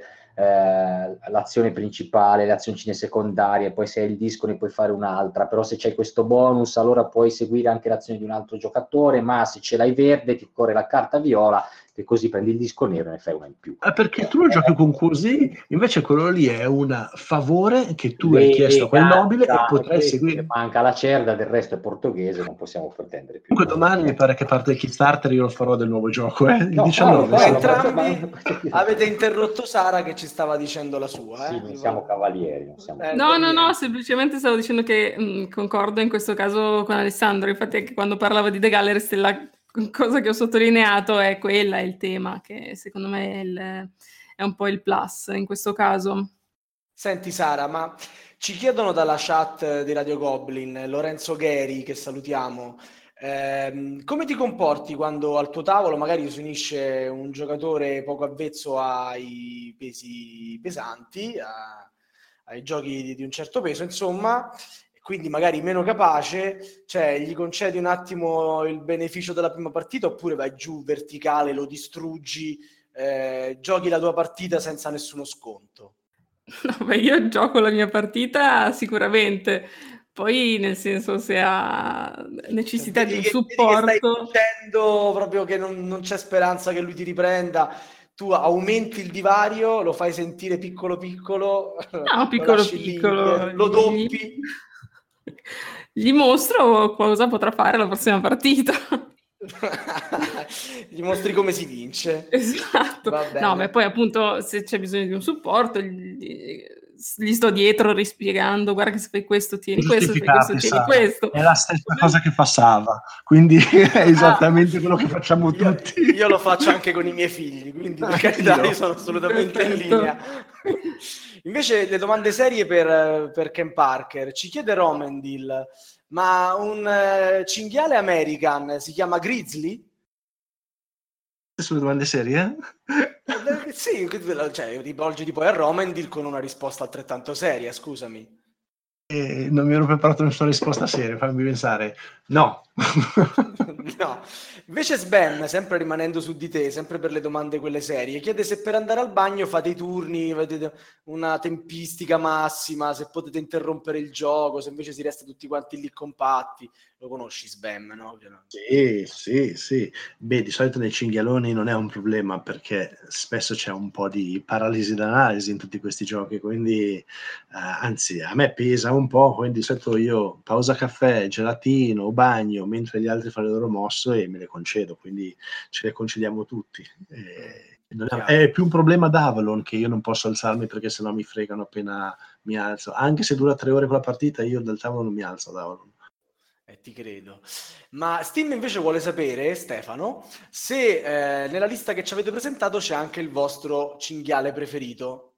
eh, l'azione principale, le azioncine secondarie, poi se hai il disco ne puoi fare un'altra, però se c'hai questo bonus allora puoi seguire anche l'azione di un altro giocatore, ma se ce l'hai verde ti occorre la carta viola, che così prendi il disco nero e ne fai una in più. Ah, perché tu lo giochi con così, invece quello lì è un favore che tu hai chiesto a quel Elegante, nobile e potrai seguire. manca la cerda, del resto è portoghese, non possiamo pretendere più. Comunque domani mi pare che parte il Kickstarter, io lo farò del nuovo gioco, eh? il No, diciannove. fallo, sì. fallo, Entrambi ma- avete interrotto Sara che ci stava dicendo la sua. Sì, Eh? non siamo cavalieri, non siamo Eh, No, per no, no, niente. semplicemente stavo dicendo che mh, concordo in questo caso con Alessandro, infatti anche quando parlava di The Gallerist la cosa che ho sottolineato è quella, è il tema, che secondo me è, il- è un po' il plus in questo caso. Senti Sara, ma ci chiedono dalla chat di Radio Goblin, Lorenzo Gheri, che salutiamo, ehm, come ti comporti quando al tuo tavolo magari si unisce un giocatore poco avvezzo ai pesi pesanti, a- ai giochi di, di un certo peso, insomma, quindi magari meno capace, cioè gli concedi un attimo il beneficio della prima partita oppure vai giù verticale, lo distruggi, eh, giochi la tua partita senza nessuno sconto? No, beh, io gioco la mia partita sicuramente, poi nel senso se ha necessità di Vedi un che, vedi che stai supporto... dicendo proprio che non, non c'è speranza che lui ti riprenda, tu aumenti il divario, lo fai sentire piccolo piccolo, No, lo piccolo lasci lì, piccolo, lo gli, doppi. gli mostro cosa potrà fare la prossima partita. Gli mostri come si vince. Esatto. Va No, bene. ma poi appunto se c'è bisogno di un supporto gli, gli sto dietro rispiegando, guarda che se fai questo tieni questo, se fai questo Giustificarti, tieni Sara, questo. è la stessa cosa che fa Sava, quindi è esattamente quello che facciamo Io, tutti. io lo faccio anche con i miei figli, quindi per Anch'io. carità io sono assolutamente in Perfetto. linea. Invece le domande serie per, per Ken Parker. Ci chiede Romendil, ma un eh, cinghiale American si chiama Grizzly? Sulle domande serie? Eh, sì, cioè, rivolgiti poi a Romendil con una risposta altrettanto seria, scusami. Eh, non mi ero preparato nessuna risposta seria, fammi pensare. No. No, invece Sven, sempre rimanendo su di te, sempre per le domande quelle serie, chiede se per andare al bagno fate i turni, avete una tempistica massima, se potete interrompere il gioco, se invece si resta tutti quanti lì compatti. Lo conosci Sven, no? Sì, sì, sì. Beh, di solito nei cinghialoni non è un problema perché spesso c'è un po' di paralisi d'analisi in tutti questi giochi, quindi eh, anzi a me pesa un po', quindi di solito io pausa caffè, gelatino, bagno, mentre gli altri fanno le loro mosse e me le concedo, quindi ce le concediamo tutti. Eh, non è, è più un problema d'Avalon che io non posso alzarmi perché sennò mi fregano appena mi alzo. Anche se dura tre ore quella partita, io dal tavolo non mi alzo ad Avalon. Eh, ti credo. Ma Steam invece vuole sapere, Stefano, se eh, nella lista che ci avete presentato c'è anche il vostro cinghiale preferito.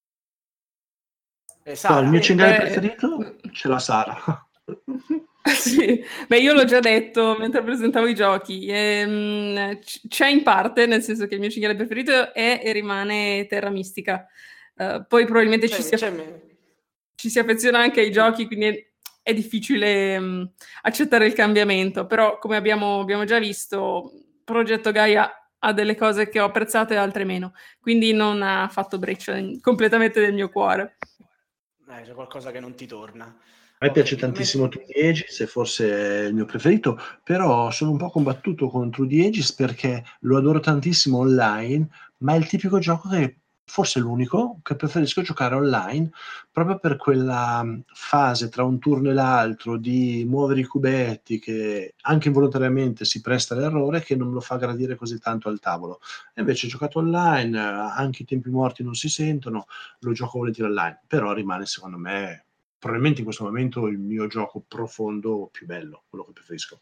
Eh, Sara. No, il mio cinghiale Beh, preferito ce l'ha Sara. Sì, beh, io l'ho già detto mentre presentavo i giochi. Ehm, c- c'è in parte, nel senso che il mio cinghiale preferito è e rimane Terra Mistica. Eh, poi probabilmente ci C'è, si, aff- c'è- ci si affeziona anche ai giochi, quindi è, è difficile mh, accettare il cambiamento. Però, come abbiamo, abbiamo già visto, Progetto Gaia ha delle cose che ho apprezzato e altre meno. Quindi non ha fatto breccia in- completamente del mio cuore. Eh, c'è qualcosa che non ti torna. A me Ho piace capito. tantissimo Mentre- True the Aegis, e forse è il mio preferito, però sono un po' combattuto con True the Aegis perché lo adoro tantissimo online, ma è il tipico gioco che forse l'unico, che preferisco giocare online proprio per quella fase tra un turno e l'altro di muovere i cubetti che anche involontariamente si presta all'errore, che non me lo fa gradire così tanto al tavolo. E invece giocato online, anche i tempi morti non si sentono, lo gioco volentieri online, però rimane secondo me probabilmente in questo momento il mio gioco profondo più bello, quello che preferisco.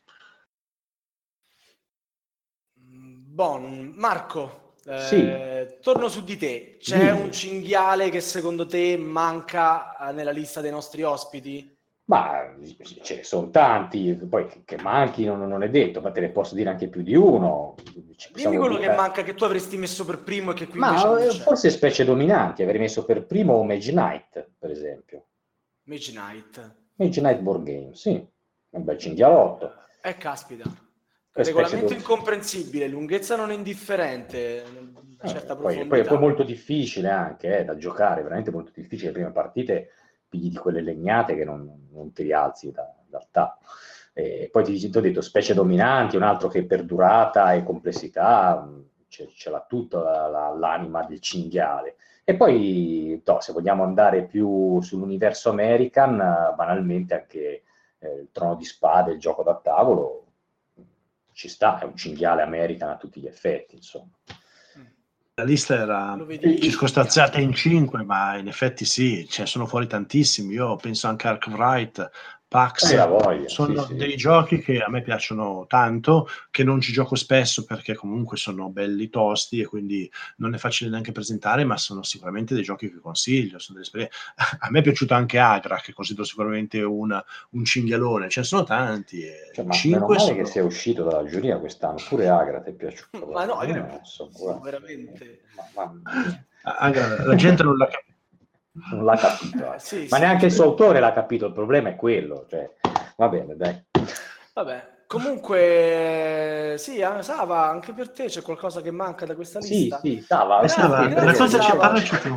Bon, Marco, eh, Sì. torno su di te. C'è Sì. un cinghiale che secondo te manca nella lista dei nostri ospiti? Ma ce ne sono tanti, poi che manchi non, non è detto, ma te ne posso dire anche più di uno. Ci Dimmi quello dire... che manca, che tu avresti messo per primo e che qui ma invece non c'è. forse specie dominanti, avrei messo per primo Mage Knight, per esempio. Mage Knight. Mage Knight Board Game, sì, un bel cinghialotto. Eh, caspita. Che Regolamento specie incomprensibile, lunghezza non indifferente, una certa Eh, poi, profondità. poi è poi molto difficile anche eh, da giocare, veramente molto difficile. Le prime partite pigli di quelle legnate che non, non ti rialzi da, dal tavolo. E poi ti, ti ho detto specie dominanti, un altro che per durata e complessità ce, ce l'ha tutta la, la, l'anima del cinghiale. E poi no, se vogliamo andare più sull'universo American, banalmente anche eh, il Trono di Spade, il gioco da tavolo, ci sta, è un cinghiale American a tutti gli effetti, insomma. La lista era circostanziata in cinque, ma in effetti sì, ce ne sono fuori tantissimi. Io penso anche a Arkwright, Pax, Eh, la voglia, sono sì, dei sì. giochi che a me piacciono tanto, che non ci gioco spesso perché comunque sono belli tosti e quindi non è facile neanche presentare, ma sono sicuramente dei giochi che consiglio. Sono delle esperienze. A me è piaciuto anche Agra, che considero sicuramente una, un cinghialone, ce ne sono tanti. E Cioè, ma cinque meno male sono... che sei uscito dalla giuria quest'anno, pure Agra ti è piaciuto. Ma no, io eh, so, no, veramente. Ma, ma... Agra, la gente non l'ha capito. Non l'ha capito, eh. Sì, ma sì, neanche il cioè... suo autore l'ha capito, il problema è quello, cioè, va bene, dai. Vabbè, comunque sì, eh, Sava, anche per te c'è qualcosa che manca da questa lista? Sì, sì, Sava, Eh, Sava, grazie, raccontaci, Sava. parlaci tu.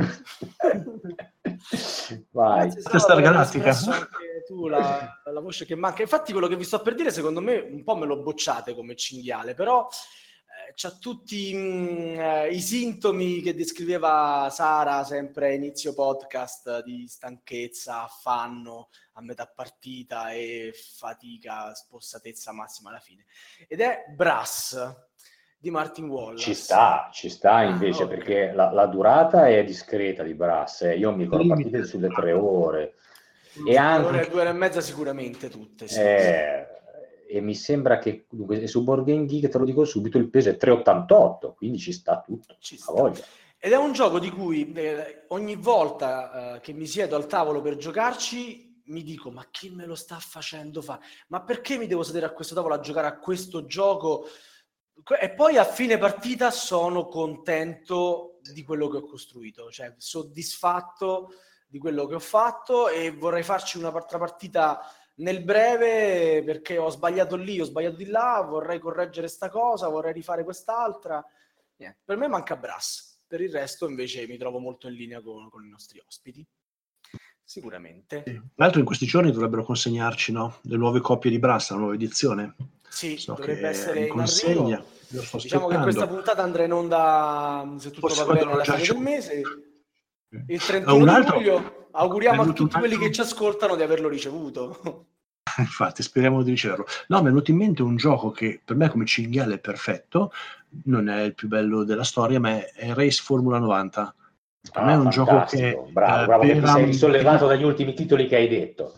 Vai. Grazie Sava Star per aver Galattica. espresso anche tu la, la voce che manca. Infatti quello che vi sto per dire secondo me un po' me lo bocciate come cinghiale, però eh, c'ha tutti mh, eh, i sintomi che descriveva Sara sempre a inizio podcast di stanchezza, affanno a metà partita e fatica, spossatezza massima alla fine. Ed è Brass di Martin Wallace. Ci sta, ci sta invece, Ah, okay. perché la, la durata è discreta di Brass, eh. Io mi ricordo partite sulle tre ore. E E due anche ore, due ore e mezza sicuramente tutte, sì. eh, e mi sembra che dunque, su Board Game Geek, te lo dico subito, il peso è tre virgola ottantotto, quindi ci sta tutto, Ci a sta. voglia. Ed è un gioco di cui eh, ogni volta eh, che mi siedo al tavolo per giocarci mi dico, ma chi me lo sta facendo fare? Ma perché mi devo sedere a questo tavolo a giocare a questo gioco? E poi a fine partita sono contento di quello che ho costruito, cioè soddisfatto di quello che ho fatto, e vorrei farci un'altra partita nel breve perché ho sbagliato lì, ho sbagliato di là, vorrei correggere sta cosa, vorrei rifare quest'altra. Niente, per me manca Brass, per il resto invece mi trovo molto in linea con, con i nostri ospiti. Sicuramente. Sì. Tra l'altro in questi giorni dovrebbero consegnarci, no, le nuove copie di Brass, la nuova edizione. Sì, so dovrebbe essere in in consegna. arrivo. Io sto Diciamo che questa puntata andrà in onda, se tutto Forse va bene, alla già fine del mese. Il Uh, trentuno un di altro... luglio. Auguriamo a tutti altro... quelli che ci ascoltano di averlo ricevuto. Infatti, speriamo di riceverlo. No, mi è venuto in mente un gioco che per me come cinghiale è perfetto, non è il più bello della storia, ma è Race Formula novanta. Per Ah, me è un fantastico, gioco che... bravo, eh, bravo che ti sei per... risollevato dagli ultimi titoli che hai detto.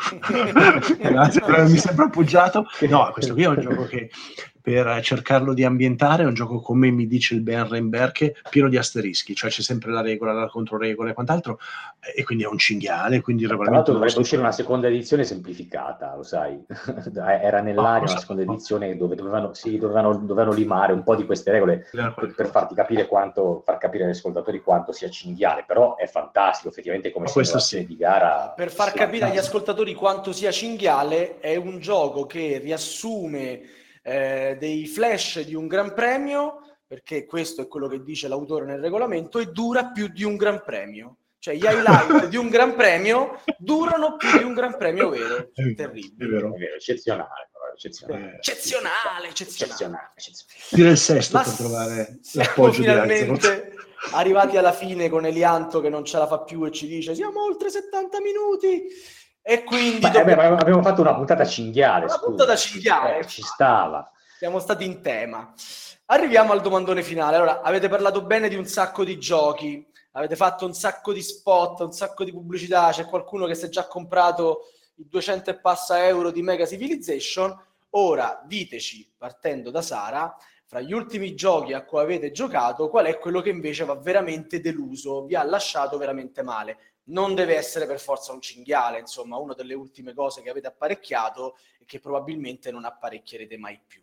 Grazie per avermi sempre appoggiato. No, questo qui è un gioco che per cercarlo di ambientare è un gioco, come mi dice il Ben Remberke, pieno di asterischi, cioè c'è sempre la regola, la controregola e quant'altro, e quindi è un cinghiale, quindi il Tra regolamento l'altro dovrebbe nostro... uscire una seconda edizione semplificata, lo sai, era nell'aria una seconda edizione dove dovevano, sì, dovevano, dovevano limare un po' di queste regole per, per farti capire quanto, far capire agli ascoltatori quanto sia cinghiale, però è fantastico effettivamente come simulazione sì. di gara. Per far capire agli ascoltatori quanto sia cinghiale, è un gioco che riassume eh, dei flash di un Gran Premio, perché questo è quello che dice l'autore nel regolamento, e dura più di un Gran Premio. Cioè gli highlight di un Gran Premio durano più di un Gran Premio vero. È vero, Terribile. è vero. È vero, eccezionale, però, eccezionale. Eccezionale, eccezionale. eccezionale, eccezionale. Tira il sesto Ma per trovare siamo l'appoggio finalmente arrivati alla fine con Elianto che non ce la fa più e ci dice siamo oltre settanta minuti e quindi Beh, dobbiamo... beh, abbiamo fatto una puntata cinghiale, una scusa. puntata cinghiale, eh, ci stava. Siamo stati in tema. Arriviamo al domandone finale. Allora, avete parlato bene di un sacco di giochi, avete fatto un sacco di spot, un sacco di pubblicità, c'è qualcuno che si è già comprato i duecento e passa euro di Mega Civilization. Ora diteci, partendo da Sara, fra gli ultimi giochi a cui avete giocato, qual è quello che invece va veramente deluso, vi ha lasciato veramente male? Non deve essere per forza un cinghiale, insomma, una delle ultime cose che avete apparecchiato e che probabilmente non apparecchierete mai più.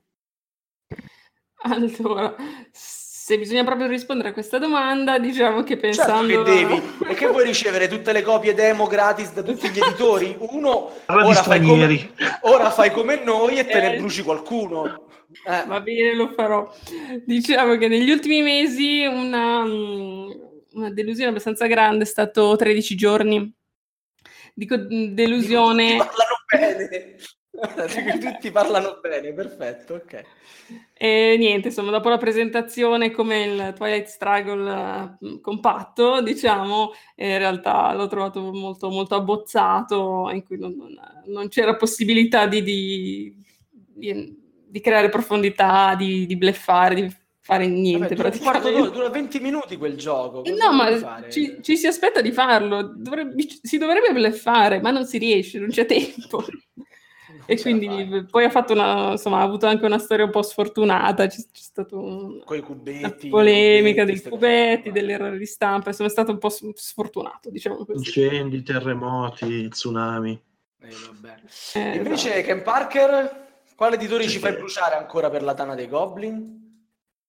Allora, se bisogna proprio rispondere a questa domanda, diciamo che pensando... Certo che devi, e che vuoi ricevere tutte le copie demo gratis da tutti gli editori? Uno, ora fai, come, ora fai come noi e te ne bruci qualcuno. Eh. Va bene, lo farò. Diciamo che negli ultimi mesi una, una delusione abbastanza grande è stato tredici giorni. Dico delusione... Tutti parlano bene. Tutti parlano bene, perfetto, ok. E niente, insomma, dopo la presentazione come il Twilight Struggle uh, compatto, diciamo, in realtà l'ho trovato molto, molto abbozzato, in cui non, non, non c'era possibilità di, di, di, di creare profondità, di, di bluffare, di fare niente. Vabbè, dura praticamente. Un quarto d'ora, dura venti minuti quel gioco. Cosa no, ma fare? Ci, ci si aspetta di farlo, dovrebbe, si dovrebbe bluffare, ma non si riesce, non c'è tempo. E quindi poi ha fatto una, insomma, ha avuto anche una storia un po' sfortunata, c'è, c'è stato un, cubetti, una polemica cubetti, dei cubetti, dell'errore di stampa, insomma è stato un po' sfortunato, diciamo così. Incendi, terremoti, tsunami. Eh, vabbè. Eh, Invece esatto. Ken Parker, quale editori Sì, ci fai che... bruciare ancora per la Tana dei Goblin?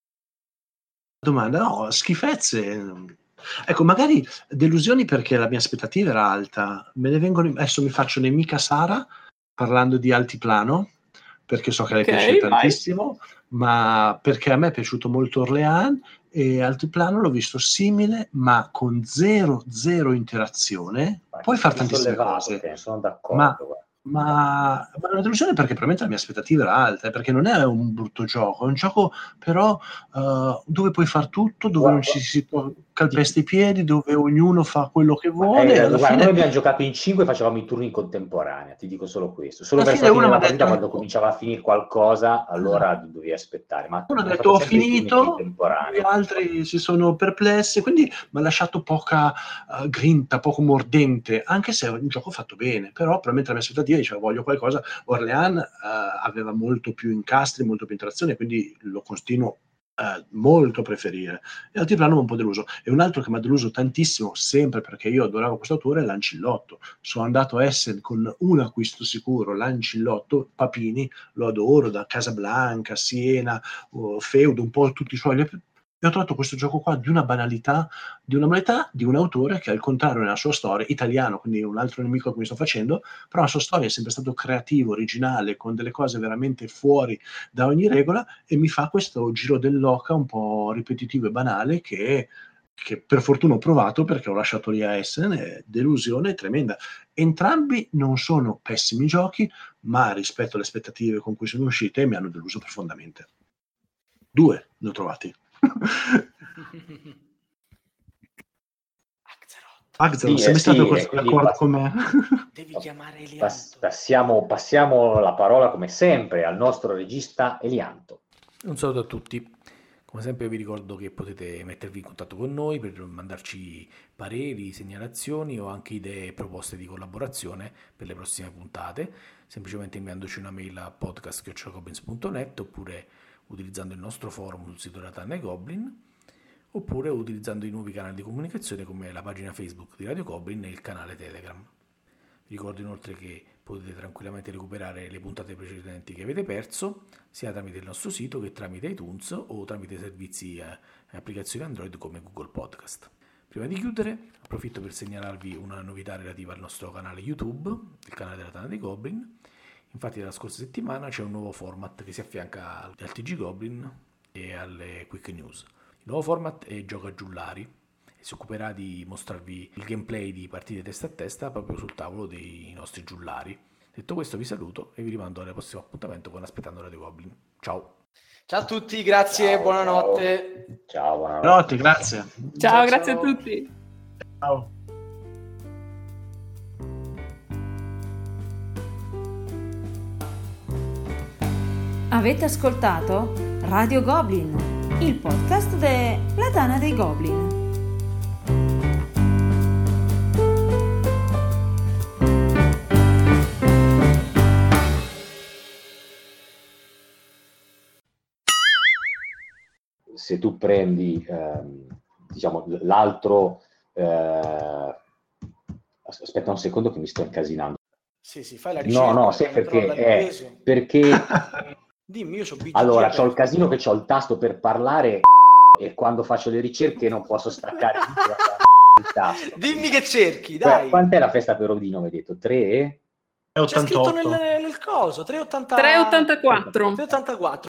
Domanda, no, schifezze. Ecco, magari delusioni perché la mia aspettativa era alta. Me ne vengono, adesso mi faccio nemica Sara parlando di Altiplano, perché so che le okay, piace vai. tantissimo, ma perché a me è piaciuto molto Orléans e Altiplano l'ho visto simile, ma con zero, zero interazione. Ma Puoi fare ti tantissime sollevato, cose, te, sono d'accordo. ma... guarda. Ma, ma è una delusione perché probabilmente la mia aspettativa era alta, eh, perché non è un brutto gioco, è un gioco però uh, dove puoi far tutto, dove Guarda, non ci si può calpesta i piedi, dove ognuno fa quello che vuole. Eh, alla guarda, fine... noi abbiamo giocato in cinque e facevamo i turni in contemporanea, ti dico solo questo. Solo alla verso fine la fine uno della mi ha partita, detto, quando cominciava a finire qualcosa, allora dovevi aspettare. Ma uno ha abbiamo detto ho fatto sempre i turni finito, gli contemporanei. altri si sono perplessi, quindi mi ha lasciato poca uh, grinta, poco mordente, anche se è un gioco fatto bene, però probabilmente la mia aspettativa diceva voglio qualcosa. Orléans uh, aveva molto più incastri, molto più interazione, quindi lo continuo uh, molto a preferire. E Altiplano mi ha un po' deluso. E un altro che mi ha deluso tantissimo, sempre perché io adoravo questo autore, è Lancillotto. Sono andato a Essen con un acquisto sicuro, Lancillotto, Papini, lo adoro, da Casablanca, Siena, uh, Feudo, un po' tutti i suoi... E ho trovato questo gioco qua di una banalità, di una banalità di un autore che al contrario nella sua storia, italiano, quindi un altro nemico che mi sto facendo, però la sua storia è sempre stato creativo, originale, con delle cose veramente fuori da ogni regola e mi fa questo giro dell'oca un po' ripetitivo e banale che, che per fortuna ho provato perché ho lasciato lì a Essen, è delusione tremenda. Entrambi non sono pessimi giochi, ma rispetto alle aspettative con cui sono uscite mi hanno deluso profondamente. Due ne ho trovati. Axel, sì, sei eh, stato sì, questo d'accordo pass- con me? Devi chiamare Elianto. Pass- passiamo, passiamo la parola come sempre al nostro regista Elianto. Un saluto a tutti. Come sempre vi ricordo che potete mettervi in contatto con noi per mandarci pareri, segnalazioni o anche idee e proposte di collaborazione per le prossime puntate, semplicemente inviandoci una mail a podcast chiocciola goblins punto net oppure utilizzando il nostro forum sul sito della Tana dei Goblin, oppure utilizzando i nuovi canali di comunicazione come la pagina Facebook di Radio Goblin e il canale Telegram. Vi ricordo inoltre che potete tranquillamente recuperare le puntate precedenti che avete perso, sia tramite il nostro sito che tramite iTunes o tramite servizi e applicazioni Android come Google Podcast. Prima di chiudere, approfitto per segnalarvi una novità relativa al nostro canale YouTube, il canale della Tana dei Goblin. Infatti dalla scorsa settimana c'è un nuovo format che si affianca al T G Goblin e alle Quick News. Il nuovo format è Gioca Giullari e si occuperà di mostrarvi il gameplay di partite testa a testa proprio sul tavolo dei nostri giullari. Detto questo vi saluto e vi rimando al prossimo appuntamento con Aspettando Radio Goblin. Ciao! Ciao a tutti, grazie, Ciao, buonanotte. Ciao, buonanotte. Buonanotte, grazie. Ciao, Ciao, grazie ciao. a tutti. Ciao. Avete ascoltato Radio Goblin, il podcast della Tana dei Goblin. Se tu prendi ehm, diciamo l'altro eh, aspetta un secondo che mi sto incasinando. Sì, sì, fai la ricerca. No, no, sai perché è perché dimmi, io c'ho B G G allora aperto. c'ho il casino che c'ho il tasto per parlare e quando faccio le ricerche non posso staccare il tasto. Dimmi che cerchi, Beh, dai. quant'è la festa per Odino, mi hai detto? tre? C'è scritto nel, nel coso, tre virgola ottanta tre virgola ottantaquattro. tre virgola ottantaquattro.